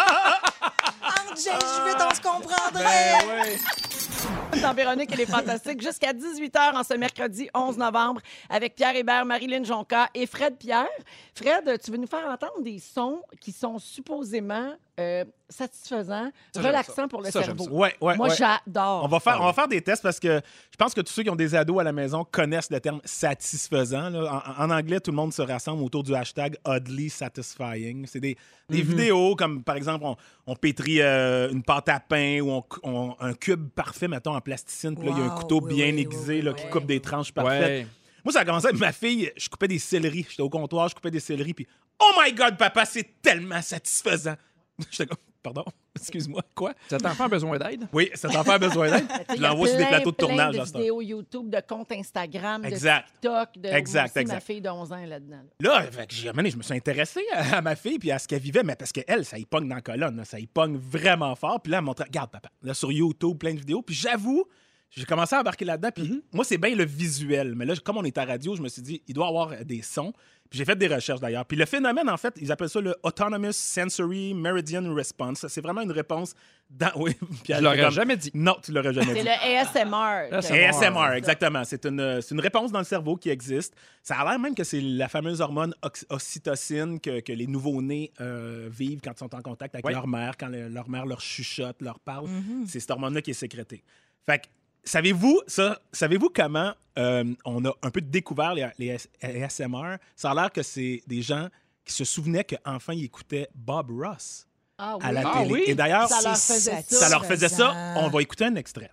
Entre gingivite, on se comprendrait! Ben oui. Dans Véronique, elle est fantastique. Jusqu'à 18h en ce mercredi 11 novembre avec Pierre Hébert, Marilyn Jonca et Fred Pierre. Fred, tu veux nous faire entendre des sons qui sont supposément satisfaisants, Ça, j'aime relaxants ça. pour le Ça, j'aime cerveau. ça. Ouais, ouais, Moi, ouais. j'adore. On va faire des tests parce que je pense que tous ceux qui ont des ados à la maison connaissent le terme satisfaisant. Là. En anglais, tout le monde se rassemble autour du hashtag oddly satisfying. C'est des vidéos comme, par exemple, on pétrit une pâte à pain ou un cube parfait, mettons, en plasticine. Puis là, il y a un Wow, couteau oui, bien oui, aiguisé oui, là, oui, qui oui. coupe des tranches parfaites. Ouais. Moi, ça a commencé avec ma fille. Je coupais des céleris. J'étais au comptoir, je coupais des céleris. Puis, oh my God, papa, c'est tellement satisfaisant. J'étais comme, pardon, excuse-moi, quoi? Cet enfant a besoin d'aide? Oui, cet enfant a besoin d'aide. Je l'envoie sur des plateaux de tournage. de dans ce temps. vidéos YouTube, de comptes Instagram, Exact. de TikTok. De, Exact, moi aussi, exact. ma fille de 11 ans est là-dedans. Là, fait que je me suis intéressé à ma fille puis à ce qu'elle vivait, mais parce qu'elle, ça y pogne dans la colonne, là, ça y pogne vraiment fort. Puis là, elle me montrait, regarde, papa, là, sur YouTube, plein de vidéos. Puis j'avoue, j'ai commencé à embarquer là-dedans. Puis moi, c'est bien le visuel. Mais là, comme on est à radio, je me suis dit, il doit y avoir des sons. Puis j'ai fait des recherches d'ailleurs. Puis le phénomène, en fait, ils appellent ça le Autonomous Sensory Meridian Response. C'est vraiment une réponse dans. Oui, Pierre, Je l'aurais comme- jamais dit. Non, tu l'aurais jamais C'est dit. le ASMR. ASMR, exactement. C'est une réponse dans le cerveau qui existe. Ça a l'air même que c'est la fameuse hormone ocytocine que les nouveau-nés vivent quand ils sont en contact avec Oui. leur mère, quand leur mère leur chuchote, leur parle. C'est cette hormone-là qui est sécrétée. Fait que, savez-vous comment on a un peu découvert les ASMR? Ça a l'air que c'est des gens qui se souvenaient qu'enfant, ils écoutaient Bob Ross Ah oui. à la Ah télé. oui? Et d'ailleurs, Ça leur C'est faisait ça. ça leur faisait ça. satisfaisant. On va écouter un extrait.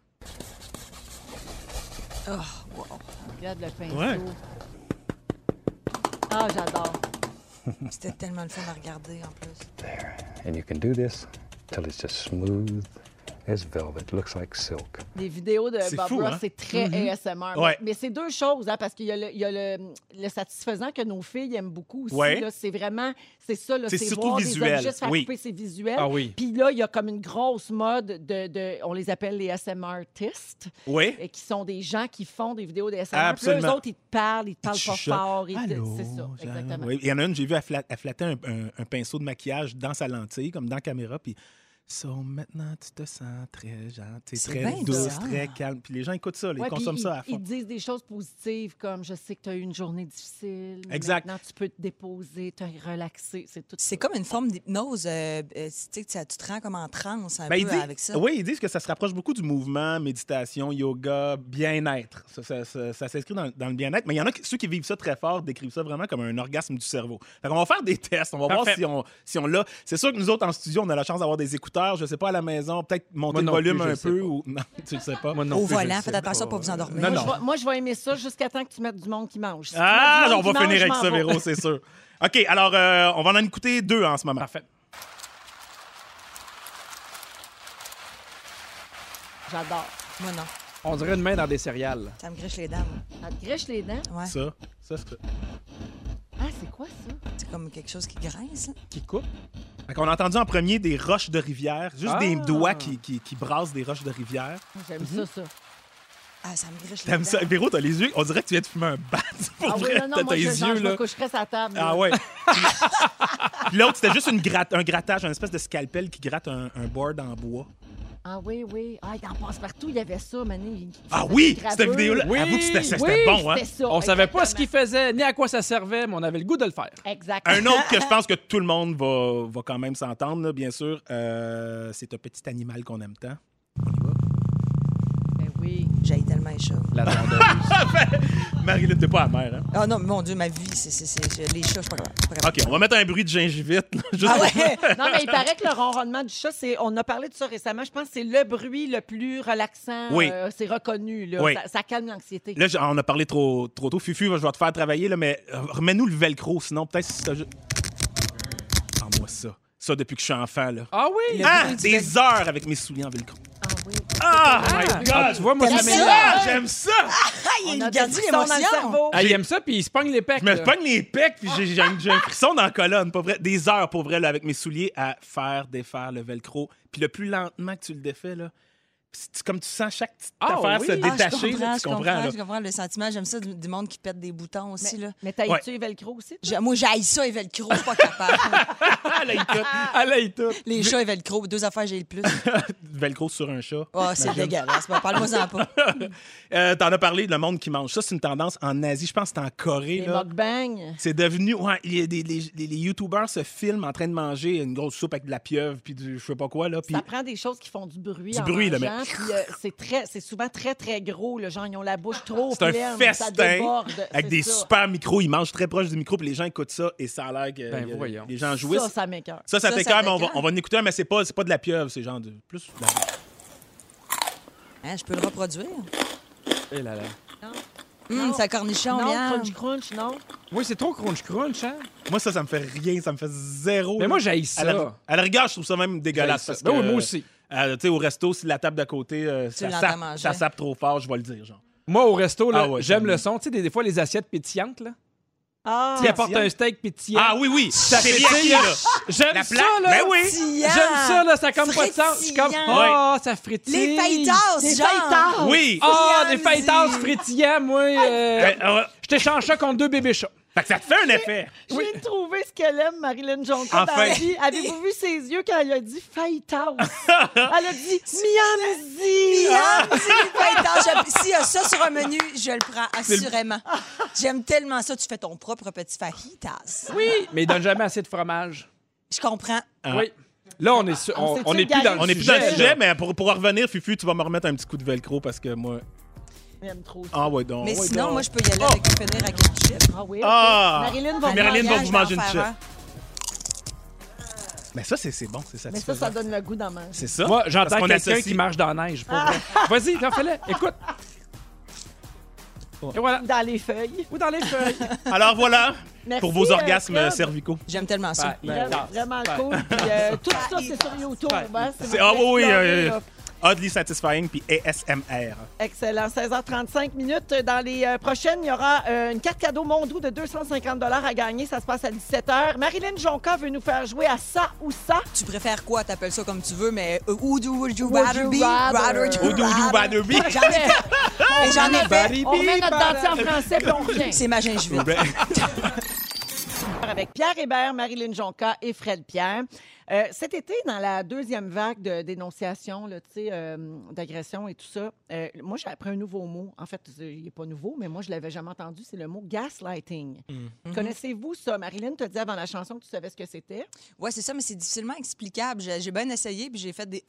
Regarde le pinceau. Ouais. Ah, j'adore. C'était tellement le fun à regarder, en plus. There. And you can do this till it's just smooth as velvet. Looks like silk. Les vidéos de C'est Bob fou, Ross, hein? c'est très ASMR. Ouais. Mais c'est deux choses, hein, parce qu'il y a, le satisfaisant que nos filles aiment beaucoup aussi. Ouais. Là, c'est vraiment, c'est ça, là, C'est c'est surtout voir visuel. des objets se faire Oui. couper, c'est visuel. Ah oui. Puis là, il y a comme une grosse mode on les appelle les ASMR artistes, Oui. et qui sont des gens qui font des vidéos d'ASMR. Absolument. Puis là, eux autres, ils te parlent pas chuchotes. fort. Allô, C'est ça, exactement. Oui. Il y en a une, j'ai vu, elle flattait un pinceau de maquillage dans sa lentille, comme dans la caméra, puis maintenant, tu te sens très gentil, C'est très bien douce, bizarre. très calme. Puis les gens écoutent ça, là, Ouais, ils puis consomment ça à ils fond. te disent des choses positives comme je sais que tu as eu une journée difficile. Mais Exact. maintenant, tu peux te déposer, te relaxer. C'est tout. C'est comme une forme d'hypnose. Tu sais, tu te rends comme en transe un Ben, peu avec ça. Oui, ils disent que ça se rapproche beaucoup du mouvement, méditation, yoga, bien-être. Ça s'inscrit dans le bien-être. Mais il y en a ceux qui vivent ça très fort, décrivent ça vraiment comme un orgasme du cerveau. Fait qu'on va faire des tests, on va Parfait. voir si on l'a. C'est sûr que nous autres, en studio, on a la chance d'avoir des écouteurs, je sais pas, à la maison, peut-être monter Moi le non volume plus, je un le sais peu. pas. Ou... Non, tu le sais pas. Moi non Au plus, je volant, le faites sais attention pas. pour vous endormir. Non, non. Moi, je vais aimer ça jusqu'à temps que tu mettes du monde qui mange. Si tu Ah, mets du on monde va qui finir mange, avec ça, je m'en vais. Véro, c'est sûr. OK, alors, on va en écouter 2 en ce moment. Parfait. J'adore. Moi, non. On dirait une main dans des céréales. Ça me griche les dents. moi. Ça te grèche les dents. Ouais. Ça, c'est... Ah, c'est quoi ça? C'est comme quelque chose qui grince. hein. Qui coupe? Fait qu'on a entendu en premier des roches de rivière, juste Ah. des doigts qui brassent des roches de rivière. J'aime ça. Ah, ça me griche les T'aimes dents. ça? Véro, t'as les yeux, on dirait que tu viens de fumer un bat. Pour Ah oui, vrai, non, t'as moi, les je yeux, me là. coucherais sur la table. Ah là. ouais. Puis l'autre, c'était juste un grattage, un espèce de scalpel qui gratte un board en bois. Ah oui. Ah, dans Passe-Partout, il y avait ça, Mané. Ah oui, Graveux. cette vidéo-là. Oui, Avoue que c'était Oui, bon, hein? c'était ça. On savait pas ce exactement. qu'il faisait, ni à quoi ça servait, mais on avait le goût de le faire. Exact. Un autre que je pense que tout le monde va quand même s'entendre, là, bien sûr, c'est un petit animal qu'on aime tant. Ben oui. J'ai tellement les chats. La tondeuse. Marie-Lutte, t'es pas amère, hein? Ah non, mon Dieu, ma vie, les chats, je suis pas capable. OK, on va mettre un bruit de gingivite. là, juste- Ah ouais? Non, mais il paraît que le ronronnement du chat, on a parlé de ça récemment, je pense que c'est le bruit le plus relaxant. Oui. C'est reconnu. Là. Oui. Ça calme l'anxiété. Là, on a parlé trop tôt. Fufu, je vais te faire travailler, là, mais remets-nous le velcro, sinon peut-être si t'as juste... moi ça. Ça, depuis que je suis enfant, là. Ah oui? Ah, des heures avec mes souliers en velcro. Ah oui. Ah, my Ah, God! tu vois, moi, T'aimes ça ça? m'énerve. J'aime ça! Il On a garde des frissons dans le l'émotion. cerveau. Ah, il aime ça, puis il se pogne les pecs. Je me là. pogne les pecs, puis j'ai un frisson dans la colonne. Pas vrai. Des heures, pour vrai, là, avec mes souliers, à faire, défaire le velcro. Puis le plus lentement que tu le défais, là, c'est comme tu sens chaque petite Ah, affaire oui. se détacher. là, je tu comprends, là. je comprends le sentiment. J'aime ça du monde qui pète des boutons aussi. là. Mais t'as Ouais. tu velcro aussi? toi? Moi, j'haïs ça et velcro, je suis pas capable. Ah, là, il tout. Ah là, il tout. Les chats et velcro, 2 affaires, j'ai le plus. Velcro sur un chat. Oh, c'est dégueulasse. Bon, parle-moi-en pas. T'en as parlé, le monde qui mange. Ça, c'est une tendance en Asie. Je pense que c'est en Corée. Les Là. mukbangs. C'est devenu... Ouais, il y a les YouTubers se filment en train de manger une grosse soupe avec de la pieuvre puis du je sais pas quoi. Là, puis Ça prend des choses qui font du bruit. Du en bruit, là, mangeant, puis, c'est souvent très, très gros. Là, genre, ils ont la bouche trop c'est un pleine. Ça festin déborde. avec c'est des ça. super micros. Ils mangent très proche du micro puis les gens écoutent ça et ça a l'air que Ben, voyons. les gens jouissent. Ça m'écoeure. Ça Ça t'écoeure, mais on t'écoeure. va en écouter un, mais c'est pas de la pieuvre, c'est genre de plus. de la- Hein, je peux le reproduire. Eh là là. Non. C'est un cornichon, Non, miam. crunch, crunch, non. Oui, c'est trop crunch, hein? Moi, ça me fait rien, ça me fait zéro. Mais là. moi, j'haïs ça. À la rigueur, je trouve ça même dégueulasse. J'haïs ça. Parce Ben que, oui, moi aussi. tu sais, au resto, si la table d'à côté, l'entends manger. ça sape trop fort, je vais le dire, genre. Moi, au resto, là, Ah ouais, j'aime j'aime. le son. Tu sais, des fois, les assiettes pétillantes, là. Ah, Tu apportes un steak pétillant. Ah oui, Ça c'est pétille, bien, là. là. J'aime La ça, plaque, là. ben oui. Frétillant. J'aime ça, là. Ça a comme pas de sens. Je suis comme, Frétillant. oh, ça frétille. Les fajitas, Des genre. fajitas. Oui. Ah, des Friandis. fajitas frétillants, moi. Je t'échange ça contre 2 bébés chats. Fait que ça te fait un effet. Je viens de trouver ce qu'elle aime, Marilyn Jonca, Enfin. dans la vie. Avez-vous vu ses yeux quand elle a dit fajitas? Elle a dit miamzi. S'il y a ça sur un menu, je le prends assurément. J'aime tellement ça. Tu fais ton propre petit fajitas. Oui, mais il donne jamais assez de fromage. Je comprends. Ah. Oui. Là, on est sur- On on s'est-tu est plus dans égaré? le On est plus dans le sujet, sujet, là. mais pour en revenir, Fufu, tu vas me remettre un petit coup de velcro parce que moi. J'aime trop ça. Ah ouais, donc. Mais ouais, sinon, donc. moi, je peux y aller avec finir avec une chip. Ah oui, ok. Ah! Marilyn va Marilyn va Mariage, vous manger une d'en chip. faire un. Mais ça, c'est bon, c'est Mais satisfaisant. ça donne le goût d'en manger. C'est ça. Moi, Parce j'entends qu'on quelqu'un associe- qui marche dans la neige. Pour vrai. Vas-y, fais-le. Écoute. Et voilà. Dans les feuilles. Ou dans les feuilles. Alors voilà, Merci, pour vos orgasmes Fred. cervicaux. J'aime tellement ça. Vraiment cool. Puis, tout ça, c'est sur YouTube. Hein? C'est vous explorez, là. Oddly Satisfying puis ASMR. Excellent. 16h35 minutes. Dans les prochaines, il y aura une carte cadeau Mondou de 250 à gagner. Ça se passe à 17h. Marilyn Jonca veut nous faire jouer à ça ou ça. Tu préfères quoi? T'appelles ça comme tu veux, mais who would you Would rather you be? rather? Who do you rather be? J'en ai fait. On met notre dentier en français puis on revient. C'est ma gingivite. Avec Pierre Hébert, Marilyn Jonca et Fred Pierre. Cet été, dans la deuxième vague de dénonciation, là, d'agression et tout ça, moi, j'ai appris un nouveau mot. En fait, il n'est pas nouveau, mais moi, je ne l'avais jamais entendu. C'est le mot gaslighting. Connaissez-vous ça? Marilyn te dit avant la chanson que tu savais ce que c'était. Oui, c'est ça, mais c'est difficilement explicable. J'ai bien essayé, puis j'ai fait des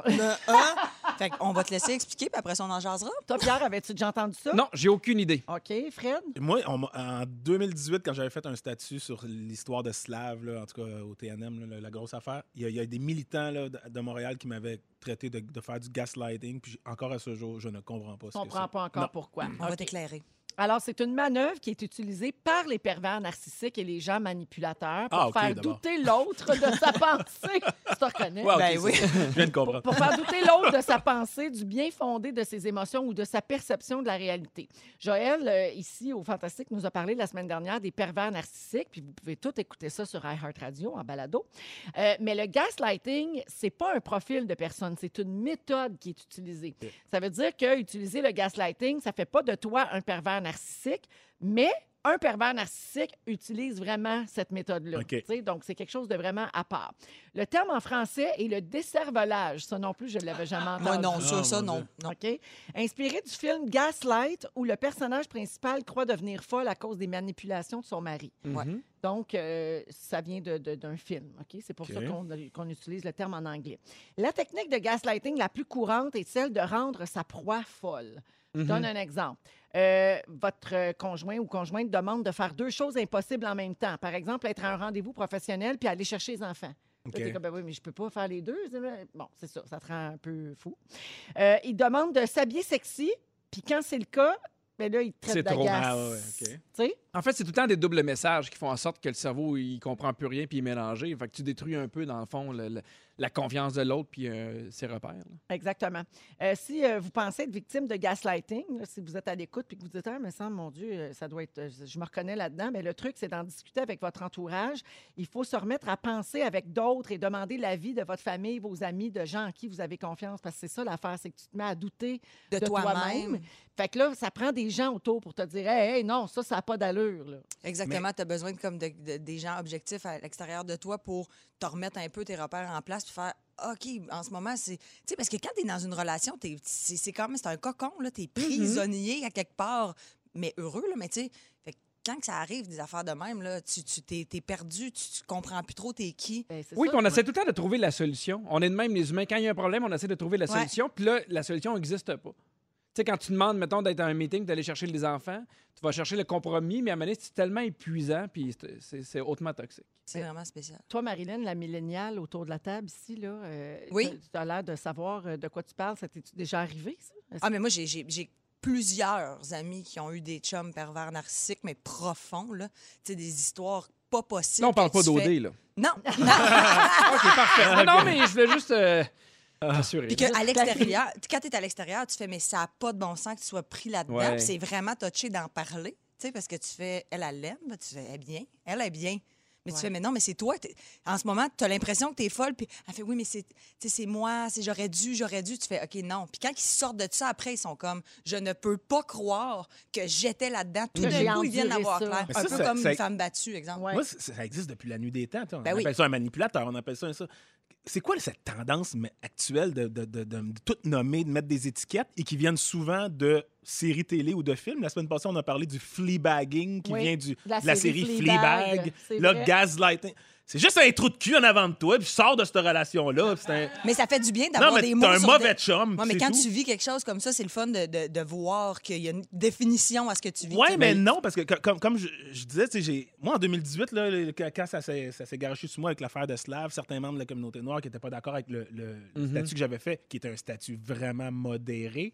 Fait qu'on va te laisser expliquer, puis après ça, on en jasera. Toi, Pierre, avais-tu déjà entendu ça? Non, j'ai aucune idée. OK. Fred? Moi, en 2018, quand j'avais fait un statut sur l'histoire de Slav, là, en tout cas au TNM, là, la grosse affaire, il y a des militants là, de Montréal qui m'avaient traité de faire du gaslighting. Puis encore à ce jour, je ne comprends pas Je ne comprends pas encore pourquoi. On va OK. t'éclairer. Alors, c'est une manœuvre qui est utilisée par les pervers narcissiques et les gens manipulateurs pour OK, faire d'abord. douter l'autre de sa pensée. Tu te reconnais? Ouais, OK, Ben oui. Je viens de comprendre. Pour faire douter l'autre de sa pensée, du bien fondé de ses émotions ou de sa perception de la réalité. Joël, ici, au Fantastique, nous a parlé la semaine dernière des pervers narcissiques, puis vous pouvez tout écouter ça sur iHeartRadio en balado. Mais le gaslighting, c'est pas un profil de personne, c'est une méthode qui est utilisée. Ça veut dire que utiliser le gaslighting, ça fait pas de toi un pervers narcissique, mais un pervers narcissique utilise vraiment cette méthode-là. OK. Tu sais, donc, c'est quelque chose de vraiment à part. Le terme en français est le décervelage. Ça non plus, je ne l'avais jamais entendu. Moi, non, Ah, ça, mon non. Dieu. non. OK. Inspiré du film Gaslight, où le personnage principal croit devenir folle à cause des manipulations de son mari. Ouais. Donc, ça vient d'un film. OK? C'est pour OK. ça qu'on utilise le terme en anglais. La technique de gaslighting la plus courante est celle de rendre sa proie folle. Je donne un exemple. Votre conjoint ou conjointe demande de faire 2 choses impossibles en même temps. Par exemple, être à un rendez-vous professionnel puis aller chercher les enfants. OK. Là, t'es comme, ben oui, mais je peux pas faire les 2. Bon, c'est ça te rend un peu fou. Il demande de s'habiller sexy, puis quand c'est le cas, ben là, il te C'est traite trop. d'agace. Ah ouais, OK. Tu sais? En fait, c'est tout le temps des doubles messages qui font en sorte que le cerveau, il comprend plus rien puis il est mélangé. Fait que tu détruis un peu, dans le fond, la confiance de l'autre puis ses repères. là. Exactement. Si vous pensez être victime de gaslighting, là, si vous êtes à l'écoute et que vous dites, ah, mais ça, mon Dieu, ça doit être. Je me reconnais là-dedans, mais le truc, c'est d'en discuter avec votre entourage. Il faut se remettre à penser avec d'autres et demander l'avis de votre famille, vos amis, de gens en qui vous avez confiance. Parce que c'est ça l'affaire, c'est que tu te mets à douter De de toi-même. toi-même. Fait que là, ça prend des gens autour pour te dire, hey, non, ça n'a pas d'allure. Là. Exactement. Tu as besoin des gens objectifs à l'extérieur de toi pour te remettre un peu tes repères en place puis faire OK, en ce moment, c'est. Tu sais, parce que quand tu es dans une relation, c'est quand même c'est un cocon, là. Tu es prisonnier à quelque part, mais heureux, là. Mais tu sais, fait que quand que ça arrive, des affaires de même, là, tu t'es perdu, tu comprends plus trop t'es qui. Ben, c'est Oui, ça. puis on essaie tout le temps de trouver la solution. On est de même, les humains. Quand il y a un problème, on essaie de trouver la Ouais. solution. Puis là, la solution n'existe pas. Tu sais, quand tu demandes, mettons, d'être à un meeting, d'aller chercher les enfants, tu vas chercher le compromis, mais à un moment donné, c'est tellement épuisant, puis c'est hautement toxique. C'est vraiment spécial. Toi, Marilyn, la milléniale autour de la table ici, là, Oui. tu as l'air de savoir de quoi tu parles. Ça t'est déjà arrivé, ça? Ah, mais moi, j'ai plusieurs amis qui ont eu des chums pervers narcissiques, mais profonds, là. Tu sais, des histoires pas possibles. Là, on parle que pas tu d'OD, fais- là. Non. OK, parfait. Non, mais je voulais juste t'assurer. Puis qu'à l'extérieur, quand tu es à l'extérieur, tu fais, mais ça n'a pas de bon sens que tu sois pris là-dedans. Ouais. Puis c'est vraiment touché d'en parler, tu sais, parce que tu fais, elle l'aime, tu fais, elle est bien, elle est bien. Mais tu fais, mais non, mais c'est toi. En ce moment, tu as l'impression que tu es folle. Puis elle fait, oui, mais c'est moi, j'aurais dû. Tu fais, OK, non. Puis quand ils sortent de ça, après, ils sont comme, je ne peux pas croire que j'étais là-dedans. Tout Que j'ai d'un coup, ils viennent enduré d'avoir ça. clair. Mais Un ça, peu ça- comme ça- une femme battue, exemple. Ouais. Moi, ça existe depuis la nuit des temps. On Ben oui. appelle ça un manipulateur, on appelle ça ça. C'est quoi cette tendance actuelle de tout nommer, de mettre des étiquettes et qui viennent souvent de séries télé ou de films? La semaine passée, on a parlé du fleabagging qui Oui, vient de de la série Fleabag. c'est Le vrai. gaslighting. C'est juste un trou de cul en avant de toi, puis sors de cette relation-là. puis c'est un... Mais ça fait du bien Non, d'avoir mais des t'es mots un sur mauvais chum. Ouais, mais c'est quand tout. tu vis quelque chose comme ça, c'est le fun de voir qu'il y a une définition à ce que tu vis. Oui, Tu sais, mais non, parce que comme je disais, tu sais, moi, en 2018, là, quand ça s'est garoché sur moi avec l'affaire de Slav, certains membres de la communauté noire qui n'étaient pas d'accord avec le statut que j'avais fait, qui était un statut vraiment modéré,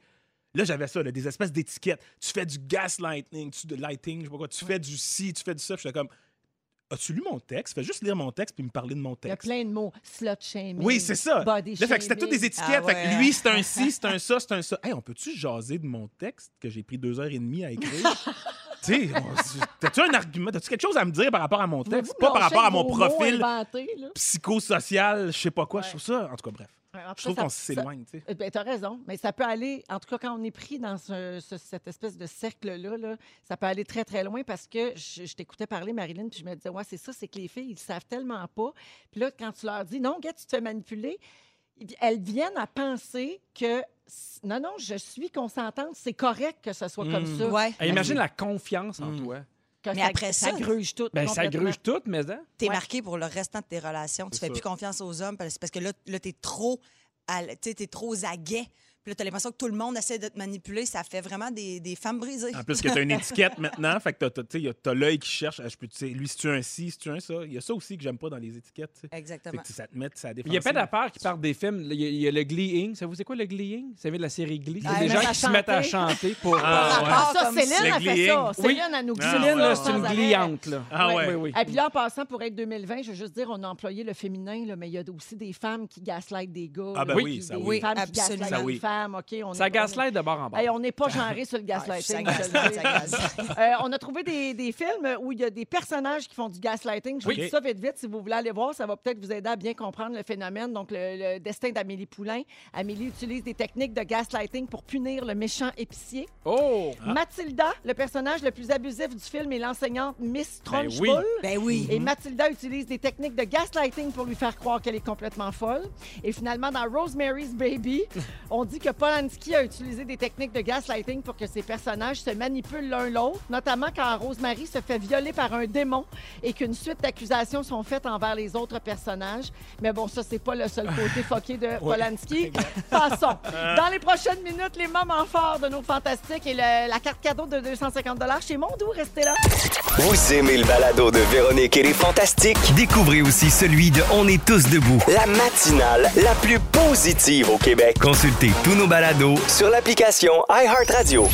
Là, j'avais ça, là, des espèces d'étiquettes. Tu fais du gaslighting, lighting, je sais pas quoi. Tu fais du ci, tu fais du ça. Puis j'étais comme, as-tu lu mon texte? Fais juste lire mon texte puis me parler de mon Il y a texte. plein de mots. Slut shaming. Oui, c'est ça. Body Là, fait que c'était toutes des shaming. étiquettes. Ah Fait que ouais. lui, c'est un ci, c'est un ça, c'est un ça. Hey, on peut-tu jaser de mon texte que j'ai pris 2h30 à écrire? Tu sais, t'as-tu un argument? T'as-tu quelque chose à me dire par rapport à mon texte? Vous Pas par lâchez rapport à mon vos mots profil inventés, là. psychosocial, je sais pas quoi. Ouais. Je trouve ça, en tout cas, bref. Ouais, en tout Je trouve cas, qu'on ça- s'éloigne, tu sais. Ben, t'as raison, mais ça peut aller, en tout cas, quand on est pris dans cette espèce de cercle-là, là, ça peut aller très, très loin parce que je t'écoutais parler, Marilyn, puis je me disais, ouais, c'est ça, c'est que les filles, ils savent tellement pas. Puis là, quand tu leur dis, non, gars, tu te fais manipuler, elles viennent à penser que, non, non, je suis consentante, c'est correct que ce soit comme ça. Ouais. Hey, imagine la confiance en toi. Que Mais ça, après ça ça, gruge tout. Ben, ça complètement. gruge tout, mais hein? T'es Ouais. marqué pour le restant de tes relations. Tu C'est fais ça. plus confiance aux hommes parce que là t'es trop, t'es trop aux aguets. Puis là, t'as l'impression que tout le monde essaie de te manipuler. Ça fait vraiment des femmes brisées. En plus que t'as une étiquette maintenant, fait que t'as l'œil qui cherche. Je peux, tu sais, lui, si tu un ci, si tu un ça. Il y a ça aussi que j'aime pas dans les étiquettes. Tu sais. Exactement. C'est que ça te met ça Il y a plein d'affaires qui partent des films. Il y a le Gleeing. Savez-vous c'est quoi le Gleeing? Ça vient de la série Glee. Ah, C'est des mettre gens à qui se mettent à chanter. chanter pour... Ah, ouais. Ah, ça, Comme Céline le a fait ça. gleeing. Oui. Céline, elle nous glisse Ah, Céline, ouais, là, ça c'est une sans arrêt. gliante, là. Ah ouais. Oui, oui. Et puis là, en passant, pour être 2020, je veux juste dire, on a employé le féminin, là, mais il y a aussi des femmes qui gaslightent des gars. Ah, ben là, oui, puis ça des oui. femmes qui Absolument. gaslightent Ça des oui. femmes. OK, Ça gaslight de bord en bord. Hey, on n'est pas genré sur le ça gaslighting. gaslight, je te le dis. ça gaslight. On a trouvé des films où il y a des personnages qui font du gaslighting. Je vous Oui. dis ça vite, vite. Si vous voulez aller voir, ça va peut-être vous aider à bien comprendre le phénomène. Donc, le destin d'Amélie Poulain. Amélie utilise des techniques de gaslighting pour punir le méchant épicier. Oh! Mathilda, le personnage le plus abusif du film, est l'enseignante Miss Ben Trunchbull. oui. Ben oui. Et Mathilda utilise des techniques de gaslighting pour lui faire croire qu'elle est complètement folle. Et finalement, dans Rosemary's Baby, on dit que Polanski a utilisé des techniques de gaslighting pour que ses personnages se manipulent l'un l'autre, notamment quand Rosemary se fait violer par un démon et qu'une suite d'accusations sont faites envers les autres personnages. Mais bon, ça, c'est pas le seul côté foqué de Polanski. Passons. Dans les prochaines minutes, les moments forts de nos fantastiques et la carte cadeau de 250 chez Mondou. Restez là. Vous aimez le balado de Véronique et les Fantastiques? Découvrez aussi celui de On est tous debout. La matinale la plus positive au Québec. Consultez tous nos balados Sur l'application iHeartRadio.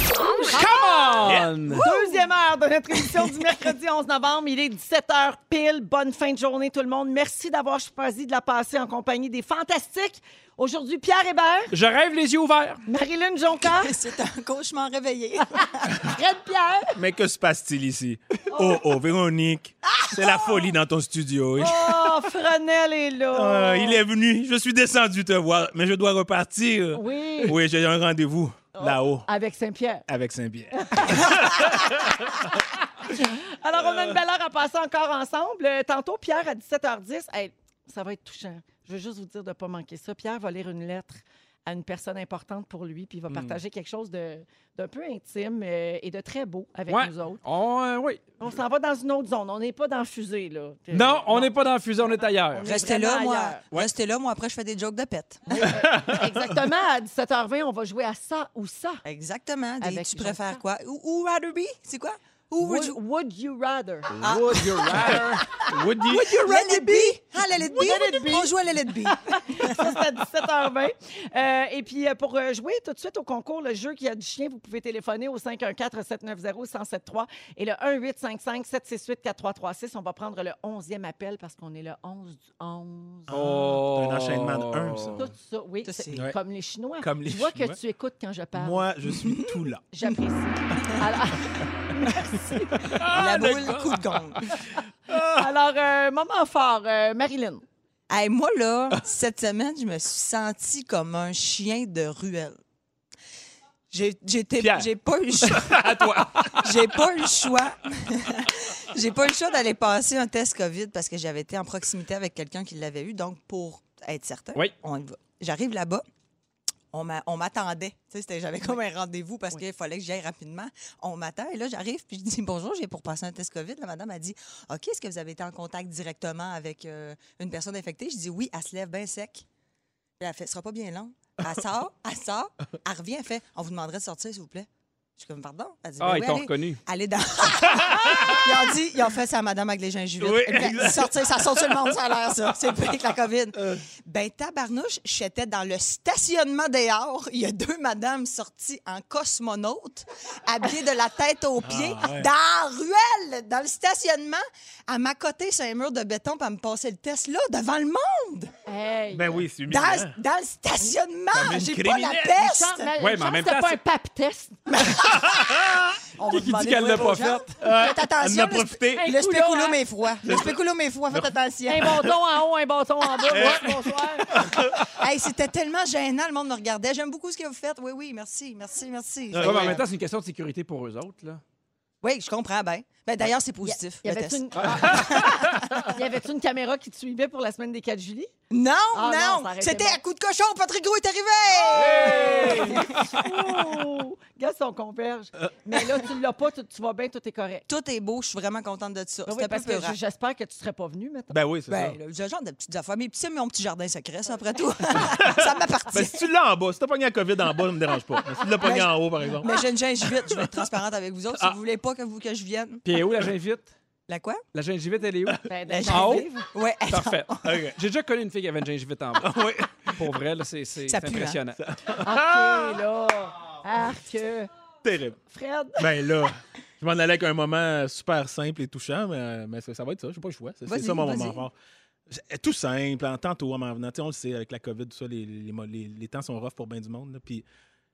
Come on! Deuxième heure de notre émission du mercredi 11 novembre. Il est 17h pile. Bonne fin de journée, tout le monde. Merci d'avoir choisi de la passer en compagnie des Fantastiques. Aujourd'hui, Pierre Hébert, Je rêve les yeux ouverts. Marilyn Jonca, C'est un cauchemar réveillé. Fred Pierre. Mais que se passe-t-il ici? Oh, Véronique, c'est la folie dans ton studio. Oh, Frenel est là. Il est venu, je suis descendu te voir, mais je dois repartir. Oui. Oui, j'ai un rendez-vous là-haut Avec Saint-Pierre. avec Saint-Pierre. Alors, on a une belle heure à passer encore ensemble. Tantôt, Pierre, à 17h10, hey, ça va être touchant. Je veux juste vous dire de ne pas manquer ça. Pierre va lire une lettre à une personne importante pour lui, puis il va partager quelque chose d'un peu intime et de très beau avec Ouais. nous autres. Oui. On s'en va dans une autre zone. On n'est pas dans fusée, là. Non, on n'est pas dans le fusil, on est ailleurs. On est Restez là, vraiment moi. ailleurs. Restez là, moi, après, je fais des jokes de pète. Exactement. À 17h20, on va jouer à ça ou ça. Exactement. Des Avec tu préfères Jonca. quoi? Ou rather be? C'est quoi? Ou Would you rather? Would you rather? Would you? Would you let it be? Ah, let it be? Let it be. On joue à let it be. Ça, c'est à 17h20. Et puis, pour jouer tout de suite au concours, le jeu qui a du chien, vous pouvez téléphoner au 514-790-1073 et le 1-855-768-4336. On va prendre le 11e appel parce qu'on est le 11 du 11. Oh. un enchaînement de un, ça. Tout ça, oui, Ça, c'est c'est- Ouais. comme les Chinois. Comme les Je vois Chinois. que tu écoutes quand je parle. Moi, je suis tout là. J'apprécie. Alors, merci. La boule, coup de gong. Alors, moment fort, Marilyn. Hey, moi, là, cette semaine, je me suis sentie comme un chien de ruelle. J'ai Pierre. pas eu le choix. À toi. J'ai pas eu le choix. J'ai pas eu le choix d'aller passer un test COVID parce que j'avais été en proximité avec quelqu'un qui l'avait eu. Donc, pour être certain, Oui. on y va. J'arrive là-bas. On m'attendait. Tu sais, j'avais comme un rendez-vous parce qu'il fallait que j'y aille rapidement. On m'attend et là, j'arrive puis je dis bonjour, j'ai pour passer un test COVID. La madame a dit OK, est-ce que vous avez été en contact directement avec une personne infectée? Je dis oui, elle se lève bien sec. Puis elle fait ce sera pas bien long. Elle sort, elle revient, elle fait on vous demanderait de sortir, s'il vous plaît. Je suis comme, pardon? Elle dit, Ah, ben ils oui, t'ont allez. reconnu. Allez dans. ils ont fait ça à madame avec les gingivites. Oui, Ça sort sur le monde, ça a l'air, ça. C'est pire que la COVID. Ben, tabarnouche, j'étais dans le stationnement dehors. Il y a 2 madames sorties en cosmonaute, habillées de la tête aux pieds, Ah, ouais. dans la ruelle, dans le stationnement, à m'accoter sur un mur de béton pour me passer le test là, devant le monde. Hey. Ben oui, c'est humiliant. Dans le stationnement. Comme une J'ai pas la criminelle. peste. Ouais, mais en même temps, c'est pas c'est- un pap test. On va Qui demander dit qu'elle pour l'a les pas gens. fait? Faites Elle en attention, a profité. le coup, là, spéculum hein? est froid. Le spéculum est froid, faites attention. Un bâton en haut, un bâton en bas. Ouais, bonsoir. Hey, c'était tellement gênant, le monde me regardait. J'aime beaucoup ce que vous faites. Oui, oui, merci. Ouais, mais en même temps, c'est une question de sécurité pour eux autres. Là. Oui, je comprends bien. Ben, d'ailleurs, c'est positif. Y le avait-tu test. y avait-tu une caméra qui te suivait pour la semaine des 4 juillet? Non, Ah, non, ça non, aurait été c'était bon. à coup de cochon. Patrick Gros est arrivé! Oh! Regarde son converge. Mais là, tu l'as pas, tu vas bien, tout est correct. Tout est beau, je suis vraiment contente de ça. Ben oui, C'était pas parce que peurant. j'espère que tu serais pas venu, maintenant. Ben oui, c'est Ben, ça. là, ce genre de petites affaires. Mais c'est mon petit jardin secret, ça, après tout. Ça m'appartient. Ben, si tu l'as en bas, si t'as pogné la COVID en bas, ça me dérange pas. Mais si tu l'as pogné Ben, en haut, par exemple. Mais j'ai une gingivite, je vais être transparente avec vous autres. Si Ah. vous voulez pas que je vienne. Puis elle est où la gingivite? La quoi? La gingivite, elle est où? Ben, En haut? Ouais, attends. Parfait. OK. J'ai déjà connu une fille qui avait une gingivite en bas. Oui. Pour vrai, là, c'est Ça pue, impressionnant. OK, là. Arc. Terrible. Fred. Ben là, je m'en allais avec un moment super simple et touchant, mais ça va être ça. Je sais pas le choix. C'est Vas-y, ça mon vas-y. moment fort. Tout simple, tantôt en m'en venant. Tu sais, on le sait, avec la COVID, tout ça, les temps sont rough pour bien du monde. Là. Puis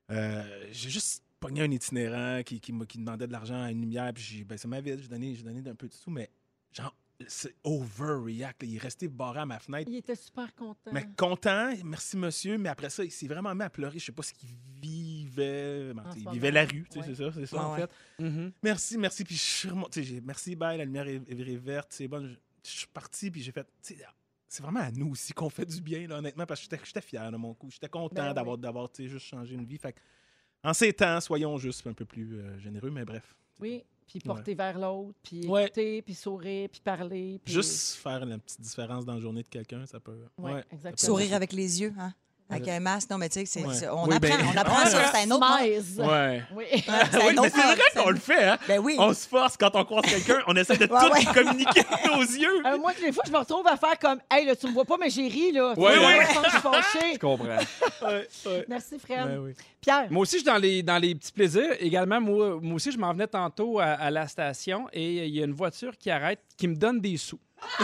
j'ai juste pogné un itinérant qui demandait de l'argent à une lumière. Puis j'ai baissé ma ville, j'ai donné un peu de sous, mais genre, c'est overreact. Il est resté barré à ma fenêtre. Il était super content. Mais content, merci monsieur, mais après ça, il s'est vraiment mis à pleurer. Je sais pas ce qu'il vivait. En ce Il moment. vivait la rue, tu sais, Ouais. c'est ça Ouais, en ouais. fait. Mhm. Merci. Puis je suis remonté, merci, bye, la lumière est verte, c'est bon. Je suis parti, puis j'ai fait, tu sais, c'est vraiment à nous aussi qu'on fait du bien, là, honnêtement, parce que j'étais fier de mon coup. J'étais content Ben d'avoir tu sais, juste changé une vie. Fait que, en ces temps, soyons juste un peu plus généreux, mais bref. Oui, puis porter vers l'autre, puis Ouais. écouter, puis sourire, puis parler. Puis... Juste faire une petite différence dans la journée de quelqu'un, ça peut. Ouais, exactement. Sourire avec les yeux, hein? Avec un masque. Non, mais tu sais, Ouais. on Oui, apprend. ben- On apprend ça. C'est un autre monde. Smize. Ouais. Oui. C'est un Oui, mais autre c'est vrai monde. qu'on le fait, hein? Ben oui. On se force quand on croise quelqu'un, on essaie de Ouais, tout ouais. communiquer nos yeux. Moi, des fois, je me retrouve à faire comme « Hey, là, tu me vois pas, mais j'ai ri, là. » Ouais, Tu sais, ouais. je sens que je suis fâchée. Je comprends. Ouais. Merci, Fred. Ben oui. Pierre. Moi aussi, je suis dans les petits plaisirs. Également, moi aussi, je m'en venais tantôt à la station et il y a une voiture qui arrête, qui me donne des sous.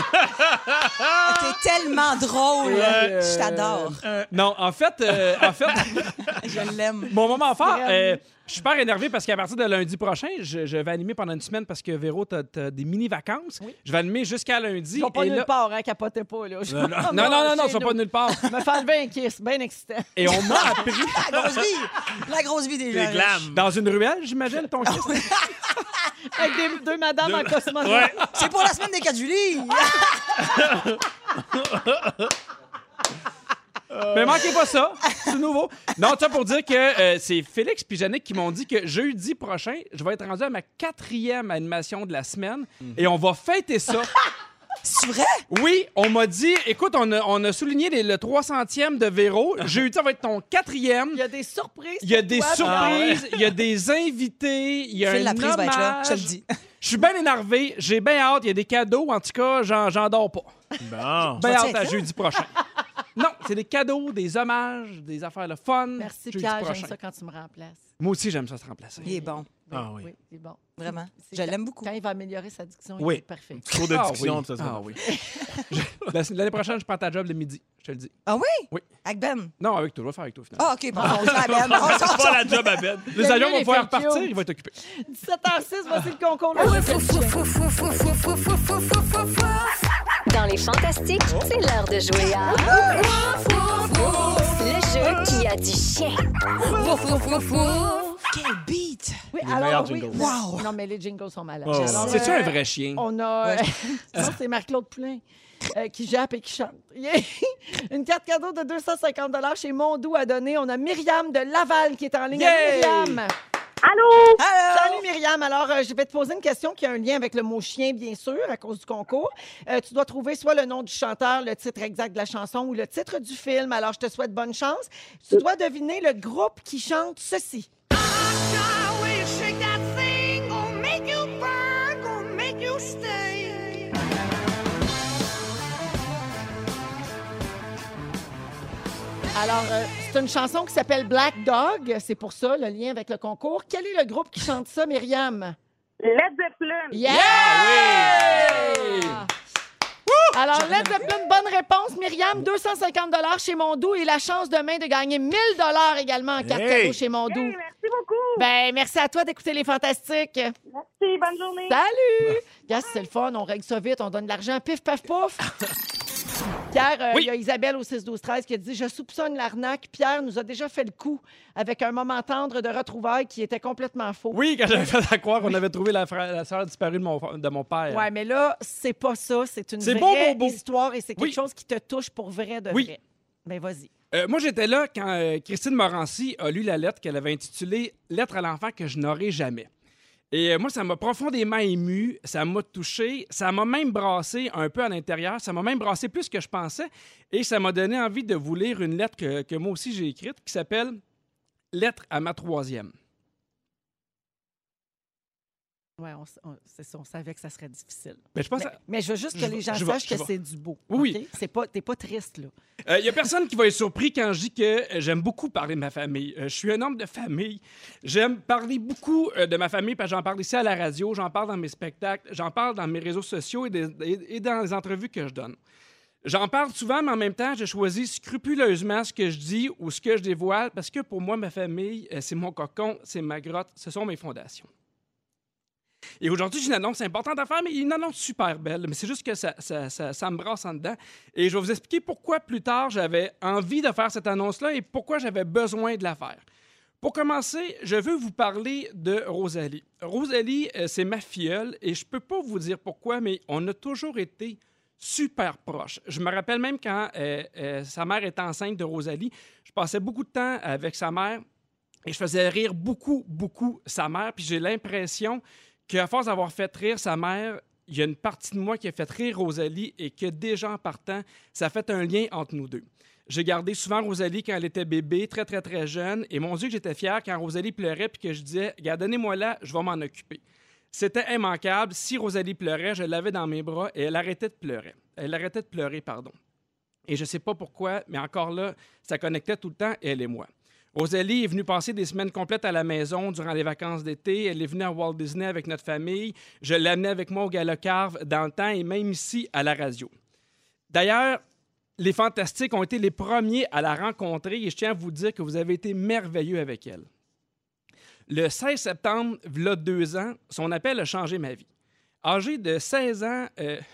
T'es tellement drôle. Ouais. Je t'adore. Non, en fait, Je l'aime. mon moment fort, Vraiment. je suis super énervé parce qu'à partir de lundi prochain, je vais animer pendant une semaine parce que Véro, t'as des mini-vacances. Oui. Je vais animer jusqu'à lundi. Je vais pas et nulle là- part, hein, capotez pas, là. Je Non, m'en non, vais non, chez ça va pas nous. nulle part. Me faire lever un kiss, bien excitant. Et on m'a appris La grosse vie. La grosse vie des gens. C'est glam. dans une ruelle, j'imagine, ton kiss. Avec deux madames en cosmonaute. Ouais. C'est pour la semaine des 4 juillet. Mais manquez pas ça, c'est nouveau. Non, ça pour dire que c'est Félix puis Yannick qui m'ont dit que jeudi prochain, je vais être rendu à ma 4e animation de la semaine et on va fêter ça. C'est vrai? Oui, on m'a dit, écoute, on a souligné le 300e de Véro. Jeudi, ça va être ton 4e. Il y a des surprises. Il y a pour des toi, surprises, il y a des invités, il y a Phil un Laprise va être là, je te le hommage. dis. Je suis bien énervé, j'ai bien hâte, il y a des cadeaux. En tout cas, j'en dors pas. Bon. Bien vas-tu hâte être à là? jeudi prochain. Non, c'est des cadeaux, des hommages, des affaires le fun. Merci, jeudi Pierre. prochain. J'aime ça quand tu me remplaces. Moi aussi, j'aime ça se remplacer. Il est bon. Ah oui. c'est bon. Vraiment. C'est Je quand- l'aime beaucoup. Quand il va améliorer sa diction, il Oui. va être parfait. Trop de Ah discussion, oui. ça. Ah oui. L'année prochaine, je prends ta job le midi, je te le dis. Ah oui? Oui. Avec Ben? Non, avec toi, je vais faire avec toi, finalement. Ah, OK. Bon, on se la Ben. On C'est s'en pas la job à Ben. Les avions vont les pouvoir fake repartir, you. il va être occupé. 17h06, voici le concours. Dans les fantastiques, c'est l'heure de jouer à le jeu qui a du chien. Quel beat! Oui, Les alors, meilleurs oui. jingles. Wow! Non, mais les jingles sont malades. Oh, Alors, C'est-tu un vrai chien? On a... Ouais. Non, c'est Marc-Claude Poulain qui jappe et qui chante. Une carte cadeau de 250 chez Mondou à donner. On a Myriam de Laval qui est en ligne. Yay! Myriam! Allô? Salut Myriam. Alors, je vais te poser une question qui a un lien avec le mot chien, bien sûr, à cause du concours. Tu dois trouver soit le nom du chanteur, le titre exact de la chanson ou le titre du film. Alors, je te souhaite bonne chance. Tu dois deviner le groupe qui chante ceci. Alors, c'est une chanson qui s'appelle Black Dog. C'est pour ça, le lien avec le concours. Quel est le groupe qui chante ça, Myriam? Led Zeppelin. Yeah! oui! Alors, Led Zeppelin, bonne réponse. Myriam, 250 chez Mondou et la chance demain de gagner 1000 également en carte cadeau chez Mondou. Hey, merci beaucoup. Ben, merci à toi d'écouter Les Fantastiques. Merci, bonne journée. Salut! Yes, c'est le fun, on règle ça vite, on donne de l'argent, pif, paf, pouf. Pierre, il y a Isabelle au 6-12-13 qui a dit « Je soupçonne l'arnaque. Pierre nous a déjà fait le coup avec un moment tendre de retrouvailles qui était complètement faux. » Oui, quand j'avais fait à croire qu'on avait trouvé la sœur disparue de mon père. Ouais, mais là, c'est pas ça. C'est une C'est vraie beau. histoire et c'est quelque Oui. chose qui te touche pour vrai de Oui. vrai. Ben, vas-y. Moi, j'étais là quand Christine Morancy a lu la lettre qu'elle avait intitulée « Lettre à l'enfant que je n'aurai jamais ». Et moi, ça m'a profondément ému, ça m'a touché, ça m'a même brassé un peu à l'intérieur, ça m'a même brassé plus que je pensais, et ça m'a donné envie de vous lire une lettre que moi aussi j'ai écrite qui s'appelle « Lettre à ma troisième ». Oui, c'est ça. On savait que ça serait difficile. Ben, je pense mais je veux juste que les gens sachent que c'est du beau. Oui. Okay? T'es pas triste, là. Il n'y a personne qui va être surpris quand je dis que j'aime beaucoup parler de ma famille. Je suis un homme de famille. J'aime parler beaucoup de ma famille parce que j'en parle ici à la radio, j'en parle dans mes spectacles, j'en parle dans mes réseaux sociaux et dans les entrevues que je donne. J'en parle souvent, mais en même temps, je choisis scrupuleusement ce que je dis ou ce que je dévoile parce que pour moi, ma famille, c'est mon cocon, c'est ma grotte, ce sont mes fondations. Et aujourd'hui, j'ai une annonce importante à faire, mais une annonce super belle. Mais c'est juste que ça me brasse en dedans. Et je vais vous expliquer pourquoi plus tard j'avais envie de faire cette annonce-là et pourquoi j'avais besoin de la faire. Pour commencer, je veux vous parler de Rosalie. Rosalie, c'est ma filleule et je peux pas vous dire pourquoi, mais on a toujours été super proches. Je me rappelle même quand sa mère était enceinte de Rosalie, je passais beaucoup de temps avec sa mère et je faisais rire beaucoup sa mère. Puis j'ai l'impression qu'à force d'avoir fait rire sa mère, il y a une partie de moi qui a fait rire Rosalie et que déjà en partant, ça fait un lien entre nous deux. J'ai gardé souvent Rosalie quand elle était bébé, très jeune, et mon Dieu que j'étais fier quand Rosalie pleurait puis que je disais « Regarde, donnez-moi là, je vais m'en occuper ». C'était immanquable. Si Rosalie pleurait, je l'avais dans mes bras et elle arrêtait de pleurer. Et je sais pas pourquoi, mais encore là, ça connectait tout le temps, elle et moi. Rosalie est venue passer des semaines complètes à la maison durant les vacances d'été. Elle est venue à Walt Disney avec notre famille. Je l'ai amenée avec moi au Gala Carve dans le temps et même ici à la radio. D'ailleurs, les Fantastiques ont été les premiers à la rencontrer et je tiens à vous dire que vous avez été merveilleux avec elle. Le 16 septembre, il y a 2 ans, son appel a changé ma vie. Âgée de 16 ans...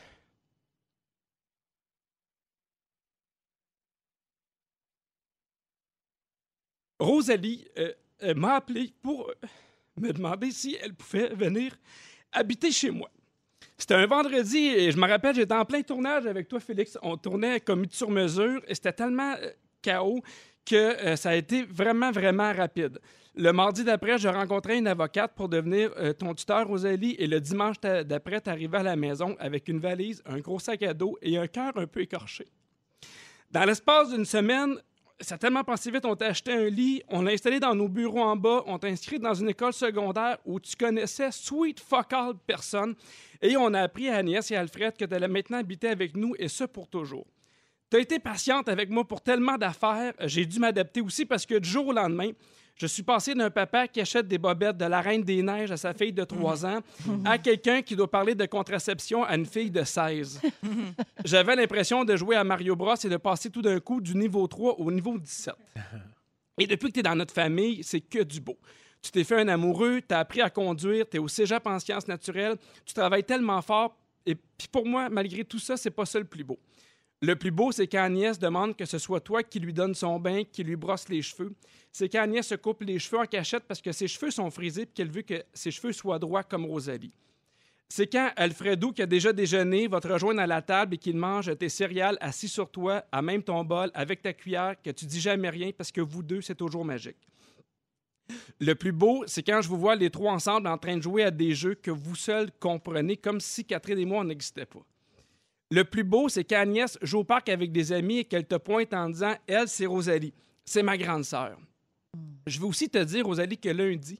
Rosalie m'a appelé pour me demander si elle pouvait venir habiter chez moi. C'était un vendredi et je me rappelle, j'étais en plein tournage avec toi, Félix. On tournait comme sur mesure et c'était tellement chaos que ça a été vraiment rapide. Le mardi d'après, je rencontrais une avocate pour devenir ton tuteur, Rosalie, et le dimanche d'après, tu arrivais à la maison avec une valise, un gros sac à dos et un cœur un peu écorché. Dans l'espace d'une semaine, ça a tellement passé vite, on t'a acheté un lit, on l'a installé dans nos bureaux en bas, on t'a inscrit dans une école secondaire où tu connaissais sweet fuck all personne et on a appris à Agnès et à Alfred que tu allais maintenant habiter avec nous et ça pour toujours. Tu as été patiente avec moi pour tellement d'affaires, j'ai dû m'adapter aussi parce que du jour au lendemain, je suis passé d'un papa qui achète des bobettes de la Reine des Neiges à sa fille de 3 ans à quelqu'un qui doit parler de contraception à une fille de 16. J'avais l'impression de jouer à Mario Bros et de passer tout d'un coup du niveau 3 au niveau 17. Et depuis que tu es dans notre famille, c'est que du beau. Tu t'es fait un amoureux, tu as appris à conduire, tu es au cégep en sciences naturelles, tu travailles tellement fort. Et puis pour moi, malgré tout ça, c'est pas ça le plus beau. Le plus beau, c'est quand Agnès demande que ce soit toi qui lui donne son bain, qui lui brosse les cheveux. C'est quand Agnès se coupe les cheveux en cachette parce que ses cheveux sont frisés et qu'elle veut que ses cheveux soient droits comme Rosalie. C'est quand Alfredo, qui a déjà déjeuné, va te rejoindre à la table et qu'il mange tes céréales assis sur toi, à même ton bol, avec ta cuillère, que tu dis jamais rien parce que vous deux, c'est toujours magique. Le plus beau, c'est quand je vous vois les trois ensemble en train de jouer à des jeux que vous seuls comprenez, comme si Catherine et moi, on n'existait pas. Le plus beau, c'est qu'Agnès joue au parc avec des amis et qu'elle te pointe en disant « Elle, c'est Rosalie. C'est ma grande sœur. » Je veux aussi te dire, Rosalie, que lundi,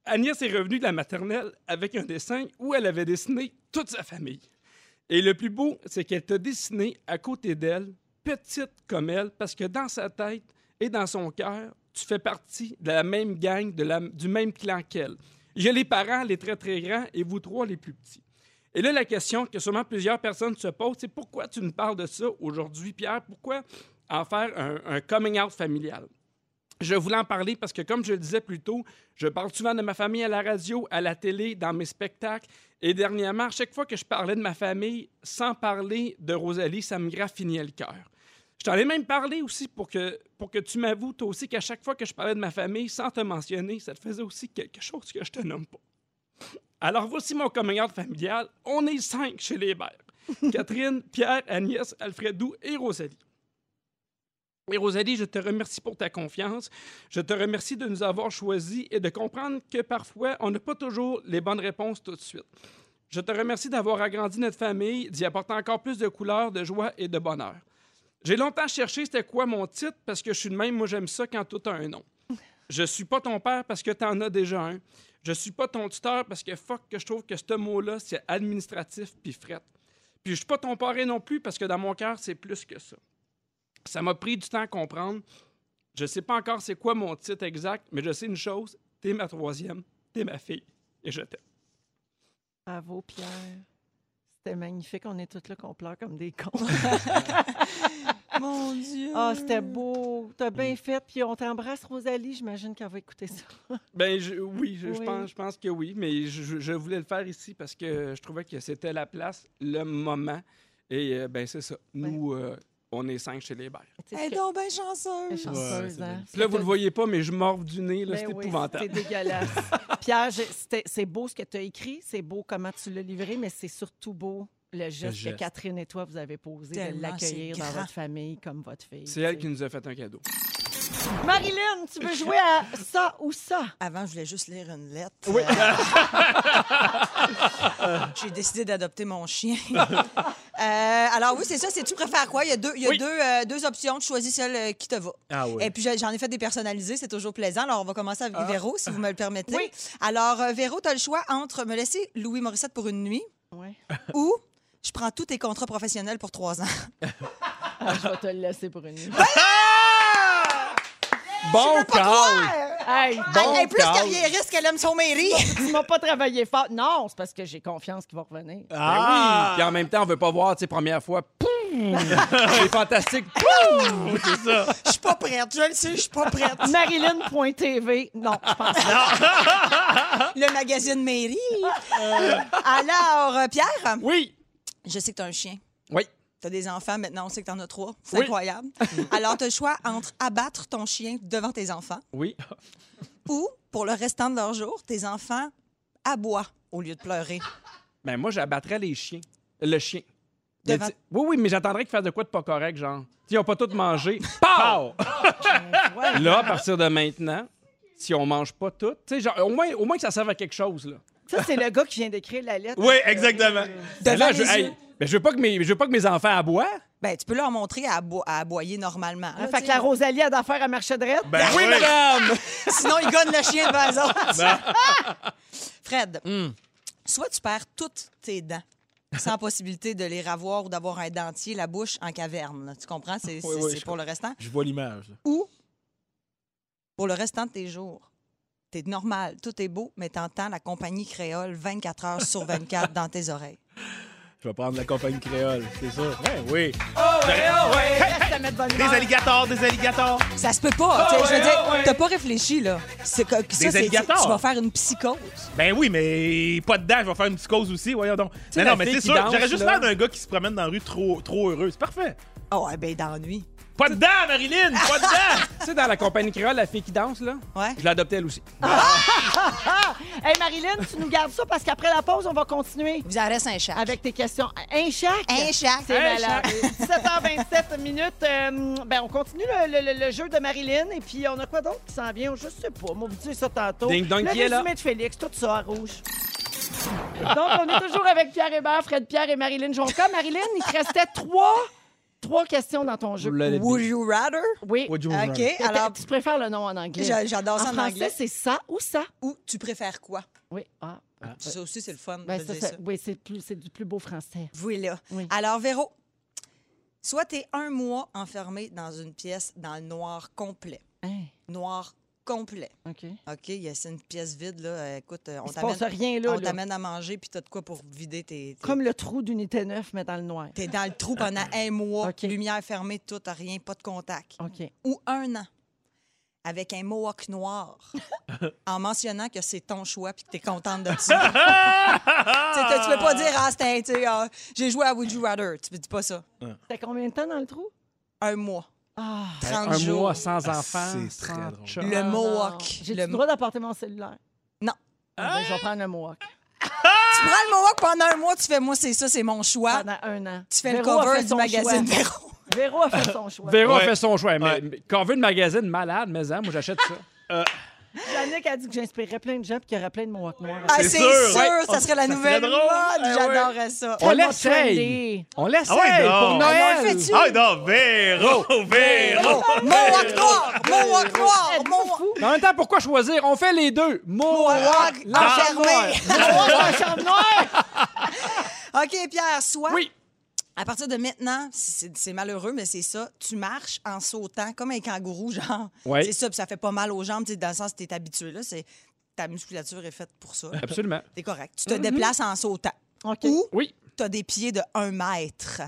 Agnès est revenue de la maternelle avec un dessin où elle avait dessiné toute sa famille. Et le plus beau, c'est qu'elle t'a dessiné à côté d'elle, petite comme elle, parce que dans sa tête et dans son cœur, tu fais partie de la même gang, du même clan qu'elle. Il y a les parents, les très, très grands, et vous trois, les plus petits. Et là, la question que sûrement plusieurs personnes se posent, c'est pourquoi tu nous parles de ça aujourd'hui, Pierre? Pourquoi en faire un coming out familial? Je voulais en parler parce que, comme je le disais plus tôt, je parle souvent de ma famille à la radio, à la télé, dans mes spectacles. Et dernièrement, à chaque fois que je parlais de ma famille, sans parler de Rosalie, ça me graffinait le cœur. Je t'en ai même parlé aussi pour que tu m'avoues, toi aussi, qu'à chaque fois que je parlais de ma famille, sans te mentionner, ça te faisait aussi quelque chose que je te nomme pas. Alors, voici mon coming out familial. On est 5 chez les Hébert. Catherine, Pierre, Agnès, Alfredou et Rosalie. Et Rosalie, je te remercie pour ta confiance. Je te remercie de nous avoir choisis et de comprendre que parfois, on n'a pas toujours les bonnes réponses tout de suite. Je te remercie d'avoir agrandi notre famille, d'y apporter encore plus de couleurs, de joie et de bonheur. J'ai longtemps cherché c'était quoi mon titre parce que je suis de même, moi j'aime ça quand tout a un nom. Je suis pas ton père parce que t'en as déjà un. Je suis pas ton tuteur parce que que je trouve que ce mot-là, c'est administratif puis fret. Puis je suis pas ton parrain non plus parce que dans mon cœur, c'est plus que ça. Ça m'a pris du temps à comprendre. Je sais pas encore c'est quoi mon titre exact, mais je sais une chose, t'es ma troisième, t'es ma fille, et je t'aime. Bravo, Pierre. C'était magnifique. On est tous là qu'on pleure comme des cons. Mon Dieu! Ah, c'était beau. T'as bien fait. Puis on t'embrasse, Rosalie. J'imagine qu'elle va écouter ça. Ben oui, je pense que oui. Mais je voulais le faire ici parce que je trouvais que c'était la place, le moment. Et c'est ça. Nous, on est 5 chez les Hébert. Elle est donc bien chanceuse. Chanceuse, hein? Là, vous le voyez pas, mais je mords du nez. Là, Ben c'est oui, épouvantable. C'est dégueulasse. Pierre, c'est beau ce que tu as écrit. C'est beau comment tu l'as livré, mais c'est surtout beau le geste que Catherine et toi, vous avez posé de l'accueillir dans votre famille comme votre fille. C'est elle qui nous a fait un cadeau. Marilyn, tu veux jouer à ça ou ça? Avant, je voulais juste lire une lettre. Oui. J'ai décidé d'adopter mon chien. Alors oui, c'est ça. Tu préfères quoi? Il y a deux options. Tu choisis celle qui te va. Ah oui. Et puis, j'en ai fait des personnalisées. C'est toujours plaisant. Alors, on va commencer avec Véro, si vous me le permettez. Oui. Alors, Véro, tu as le choix entre me laisser Louis Morissette pour une nuit ou je prends tous tes contrats professionnels pour 3 ans. Je vais te le laisser pour une nuit. Bon call! Hey, Elle est plus carriériste qu'elle aime son mairie. tu m'as pas travaillé fort. Non, c'est parce que j'ai confiance qu'il va revenir. Ah! Oui! Puis en même temps, on veut pas voir, tu sais, première fois, c'est fantastique. C'est ça. Je suis pas prête. Je le sais, je suis pas prête. Marilyn.tv. Non, je pense pas. Le magazine mairie. Alors, Pierre? Oui! Je sais que tu as un chien. Oui. Tu as des enfants, maintenant on sait que tu en as 3. C'est incroyable. Alors, tu as le choix entre abattre ton chien devant tes enfants Oui. ou, pour le restant de leur jour, tes enfants aboient au lieu de pleurer. Ben moi, j'abattrais le chien. Devant... Oui, mais j'attendrais qu'ils fassent de quoi de pas correct, genre. Ils n'ont pas tout mangé. Pow! Là, à partir de maintenant, si on mange pas tout, tu sais, genre, au moins que ça serve à quelque chose, là. Ça, c'est le gars qui vient d'écrire la lettre. Oui, exactement. Là, je veux pas que mes enfants aboient. Ben, tu peux leur montrer à aboyer normalement. Là, Fait que la Rosalie a d'affaire à Marchedrette. Ben Oui, madame! Sinon, ils gagnent le chien devant eux autres. Fred, soit tu perds toutes tes dents sans possibilité de les ravoir ou d'avoir un dentier, la bouche en caverne. Là. Tu comprends? C'est pour le restant. Je vois l'image. Ou, pour le restant de tes jours, t'es normal, tout est beau, mais t'entends la compagnie créole 24 heures sur 24 dans tes oreilles. Je vais prendre la compagnie créole, c'est ça. Ouais, oui. Des alligators. Ça se peut pas. Je veux dire, t'as pas réfléchi, là. Des alligators. Tu vas faire une psychose. Ben oui, mais pas dedans, je vais faire une psychose aussi, voyons donc. Non, mais c'est sûr, j'aurais juste l'air d'un gars qui se promène dans la rue trop heureux. C'est parfait. Oh, ben d'ennui. Pas dedans, Marilyn, pas dedans. Tu sais, dans la compagnie créole, la fille qui danse, là, Ouais. je l'adoptais elle aussi. Hey, Marilyn, tu nous gardes ça parce qu'après la pause, on va continuer Vous en reste un chat. avec tes questions. Un chaque? Un chaque. C'est Un malade. 17h27 minutes. On continue le jeu de Marilyn. Et puis, on a quoi d'autre qui s'en vient? Je sais pas. Moi, vous dites ça tantôt. Ding dong le qui est là. résumé de Félix, tout ça à rouge. Donc, on est toujours avec Pierre Hébert, Fred Pierre et Marilyn Jonca. Marilyn, il te restait 3 3 questions dans ton jeu. Vous l'avez dit. Would you rather? Oui. Would you OK, rather? alors, Tu préfères le nom en anglais? j'adore ça en français, anglais. c'est ça ou ça? Ou tu préfères quoi? Oui. Ah. Ça aussi, c'est le fun Ben, de ça, dire ça- ça. oui, c'est du plus beau français. Voilà. Oui. Alors, Véro, soit tu es 1 mois enfermé dans une pièce dans le noir complet. Hein, Noir complet. OK. OK, c'est une pièce vide, là. Écoute, Il se passe rien là. on là. t'amène à manger, puis t'as de quoi pour vider tes... Comme le trou d'unité 9, mais dans le noir. T'es dans le trou pendant 1 mois, OK. lumière fermée, tout, rien, pas de contact. OK. Ou 1 an, avec un mohawk noir, en mentionnant que c'est ton choix puis que t'es contente de ça. Tu peux pas dire, j'ai joué à Would You Rather. Tu dis pas ça. T'as combien de temps dans le trou? 1 mois, Ah. 30 Un jours. mois sans enfant, c'est sans très drôle. chum. Le mohawk. J'ai Le- le droit d'apporter mon cellulaire? Non. Ah, ben, je vais prendre le mohawk. Tu prends le mohawk pendant 1 mois, tu fais, moi, c'est ça, c'est mon choix. Pendant 1 an. Tu fais le Véro a cover fait du son magazine choix. Véro. Véro a fait son choix. Véro a Ouais. fait son choix. Ouais. Mais quand on veut une magazine malade, mais moi, j'achète ça. Yannick a dit que j'inspirerais plein de gens et qu'il y aurait plein de mohawks noirs. Ah, C'est c'est sûr. sûr, Ouais. ça serait la Ça nouvelle serait drôle. mode. Ah, J'adorerais ça. On Tellement l'essaye. trendy. On l'essaye Ah ouais, non. pour on le Noël. fait-tu? Ah non, Véro! Véro! Mohawk noir! Mohawk noir! Mohawk... Fou. Mais en même temps, pourquoi choisir? On fait les deux. Mohawk enfermé. Mohawk dans la chambre noire. OK, Pierre, soit... Oui. À partir de maintenant, c'est malheureux, mais c'est ça. Tu marches en sautant comme un kangourou, genre. Oui. C'est ça, puis ça fait pas mal aux jambes, tu sais, dans le sens que tu es habitué. Là, ta musculature est faite pour ça. Absolument. C'est correct. Tu te déplaces en sautant. OK. Ou Oui. tu as des pieds de 1 mètre.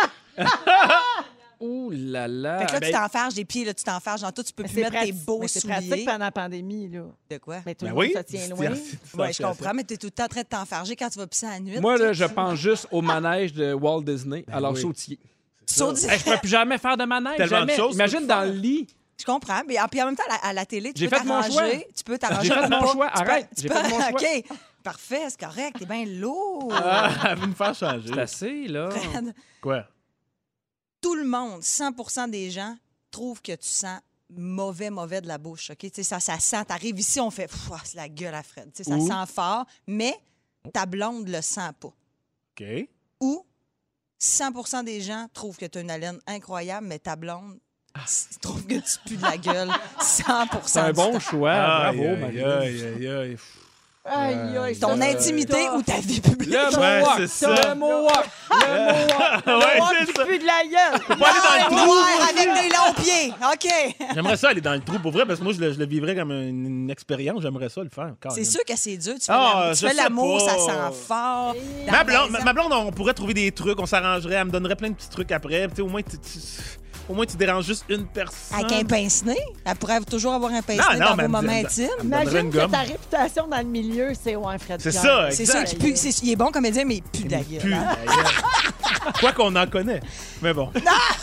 Ouh là là. Fait que là, Ben, tu t'enfarges des pieds, là, tu t'enfarges dans tout. Tu peux Mais plus mettre tes pratique- beaux mais c'est souliers. pratique pendant la pandémie, là. De quoi? Mais tout Ben le monde oui. se tient loin. Oui, je comprends, mais tu es tout le temps en train de t'enfarger quand tu vas pisser à la nuit. moi, là, tout. je pense juste au manège de Walt Disney. Alors, oui. sautier. Saute- Hey, je peux plus jamais faire de manège. Tellement de Jamais. choses, Imagine faut dans le le lit. Je comprends. Mais puis en même temps, à la télé, tu J'ai peux fait mon t'arranger. choix. Tu peux t'arranger. J'ai fait pour mon pas- choix. tu peux- Arrête. tu J'ai peux- fait mon choix. OK. Parfait, c'est correct. T'es bien lourd. Ah, elle veut me faire changer. C'est assez, là. Fred. Quoi? Tout le monde, 100% des gens, trouvent que tu sens mauvais de la bouche. OK? Tu sais, ça sent. T'arrives ici, on fait Pfff, c'est la gueule à Fred. Tu sais, ça Ou- sent fort, mais ta blonde le sent pas. OK. Ou 100% des gens trouvent que tu as une haleine incroyable, mais ta blonde trouve que tu pues de la gueule 100% C'est un du bon temps. choix. Aïe, Bravo, aïe, Marie-Lou. aïe, aïe, aïe. Aïe, aïe, Ton ça, intimité ça. ou ta vie publique? Le Ouais, Mohawk. c'est ça. Le Mohawk. Le Mohawk. Ouais, Mohawk c'est qui ça. pue de la gueule. Faut pas aller dans le trou. Noir avec des longs pieds. OK. J'aimerais ça aller dans le trou pour vrai parce que moi, je le vivrais comme une expérience. J'aimerais ça le faire. C'est sûr que c'est dur. Tu fais Ah, tu je fais sais l'amour, pas. ça sent fort. Dans Ma la blonde, maison. ma blonde, on pourrait trouver des trucs, on s'arrangerait, elle me donnerait plein de petits trucs après. Tu sais, au moins, tu déranges juste une personne. Avec un pince-nez. Elle pourrait toujours avoir un pince-nez Non, non, dans mais vos moments elle me- intimes. elle me donnerait Imagine une que gomme. ta réputation dans le milieu, c'est ouais, Fred C'est Pierre. ça, C'est exact. sûr qu'il pue. Il est bon comédien, mais il pue de la Il gueule. pue. hein. Quoi qu'on en connaît. Mais bon.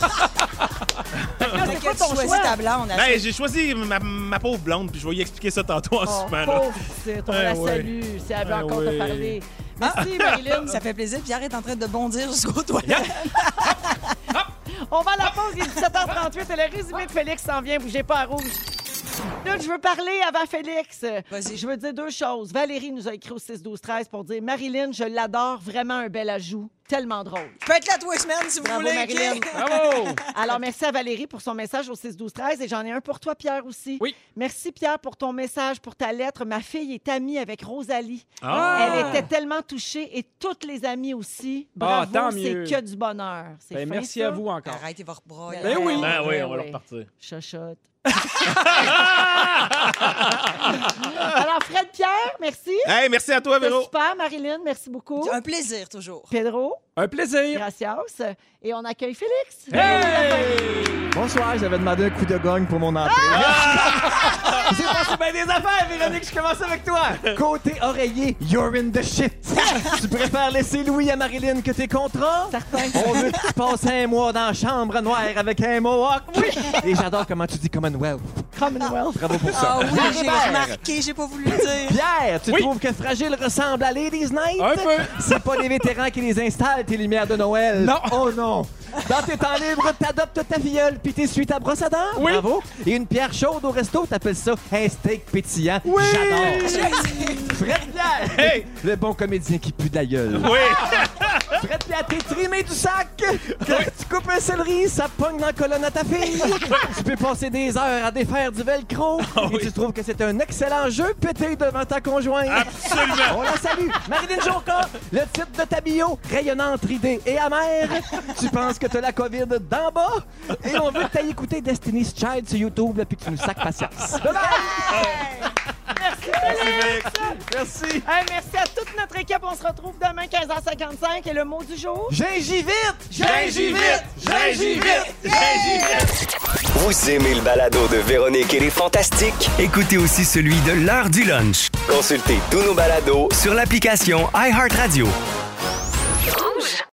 Fait que tu choisis ta blonde. Ben, j'ai choisi ma pauvre blonde, puis je vais lui expliquer ça tantôt en Oh, soupant. là. pauvre petite, on la ouais. salue. Si elle veut Ah, encore te ouais. parler. Merci, Marilyn. Ça fait plaisir. Pierre est en train de bondir jusqu'aux toilettes. On va à la pause, il est 17h38 et le résumé de Félix s'en vient. Bougez pas à rouge. Là, je veux parler avant Félix. Vas-y. Je veux dire 2 choses. Valérie nous a écrit au 6-12-13 pour dire « Marilyn, je l'adore, vraiment un bel ajout. Tellement drôle. » Je peux être là tous les semaines si vous Bravo, voulez. Marilyn. OK? Bravo. Alors, merci à Valérie pour son message au 6-12-13 et j'en ai un pour toi, Pierre, aussi. Oui. Merci, Pierre, pour ton message, pour ta lettre. Ma fille est amie avec Rosalie. Ah. Elle était tellement touchée et toutes les amies aussi. Ah, Bravo, tant c'est mieux. que du bonheur. C'est Ben, fin, merci ça. à vous encore. Arrête, il va rebroyer. Ben oui. Ben oui, on va oui. leur repartir. Chuchote. Alors, Fred Pierre, merci. Hey, merci à toi, C'était Véro. super, Marilyn, merci beaucoup. Un plaisir, toujours. Pedro, Un plaisir. gracias. Et on accueille Félix. Hey! Bonsoir, j'avais demandé un coup de gogne pour mon entrée. Il s'est passé bien des affaires, Véronique, je commence avec toi. Côté oreiller, you're in the shit. Tu préfères laisser Louis à Marilyn que tes contrats? Certain. On veut que tu passes un mois dans la chambre noire avec un mohawk. Et j'adore comment tu dis Commonwealth. Commonwealth. Bravo pour ça. Ah oui, j'ai Pierre. remarqué, j'ai pas voulu le dire. Pierre, tu Oui. trouves que Fragile ressemble à Ladies Night? Un peu. C'est pas les vétérans qui les installent, tes lumières de Noël. Non. Oh non. Dans tes temps libres, t'adoptes ta filleule puis t'essuies ta brosse à dents. Oui. Bravo. Et une pierre chaude au resto, t'appelles ça un steak pétillant. Oui. J'adore. Fred Pierre. Hey. Le bon comédien qui pue de la gueule. Oui. Fred Pierre, T'es trimé du sac. Quand tu coupes un céleri, ça pogne dans la colonne à ta fille. Tu peux passer des heures à défaire du velcro. Et tu trouves que c'est un excellent jeu pété devant ta conjointe. Absolument. On la salue. Marilyn Jonca, le titre de ta bio, rayonnante, ridée et amère. Tu penses que t'as la COVID d'en bas. Et on veut que t'ailles écouter Destiny's Child sur YouTube puis que tu nous sacs patience. Bye bye! Merci, Félix! Merci. Hey, merci à toute notre équipe. On se retrouve demain, 15h55. Et le mot du jour? Gingivite! Gingivite! Gingivite! Gingivite! Vous aimez le balado de Véronique et les Fantastiques? Écoutez aussi celui de l'heure du lunch Consultez tous nos balados sur l'application iHeartRadio.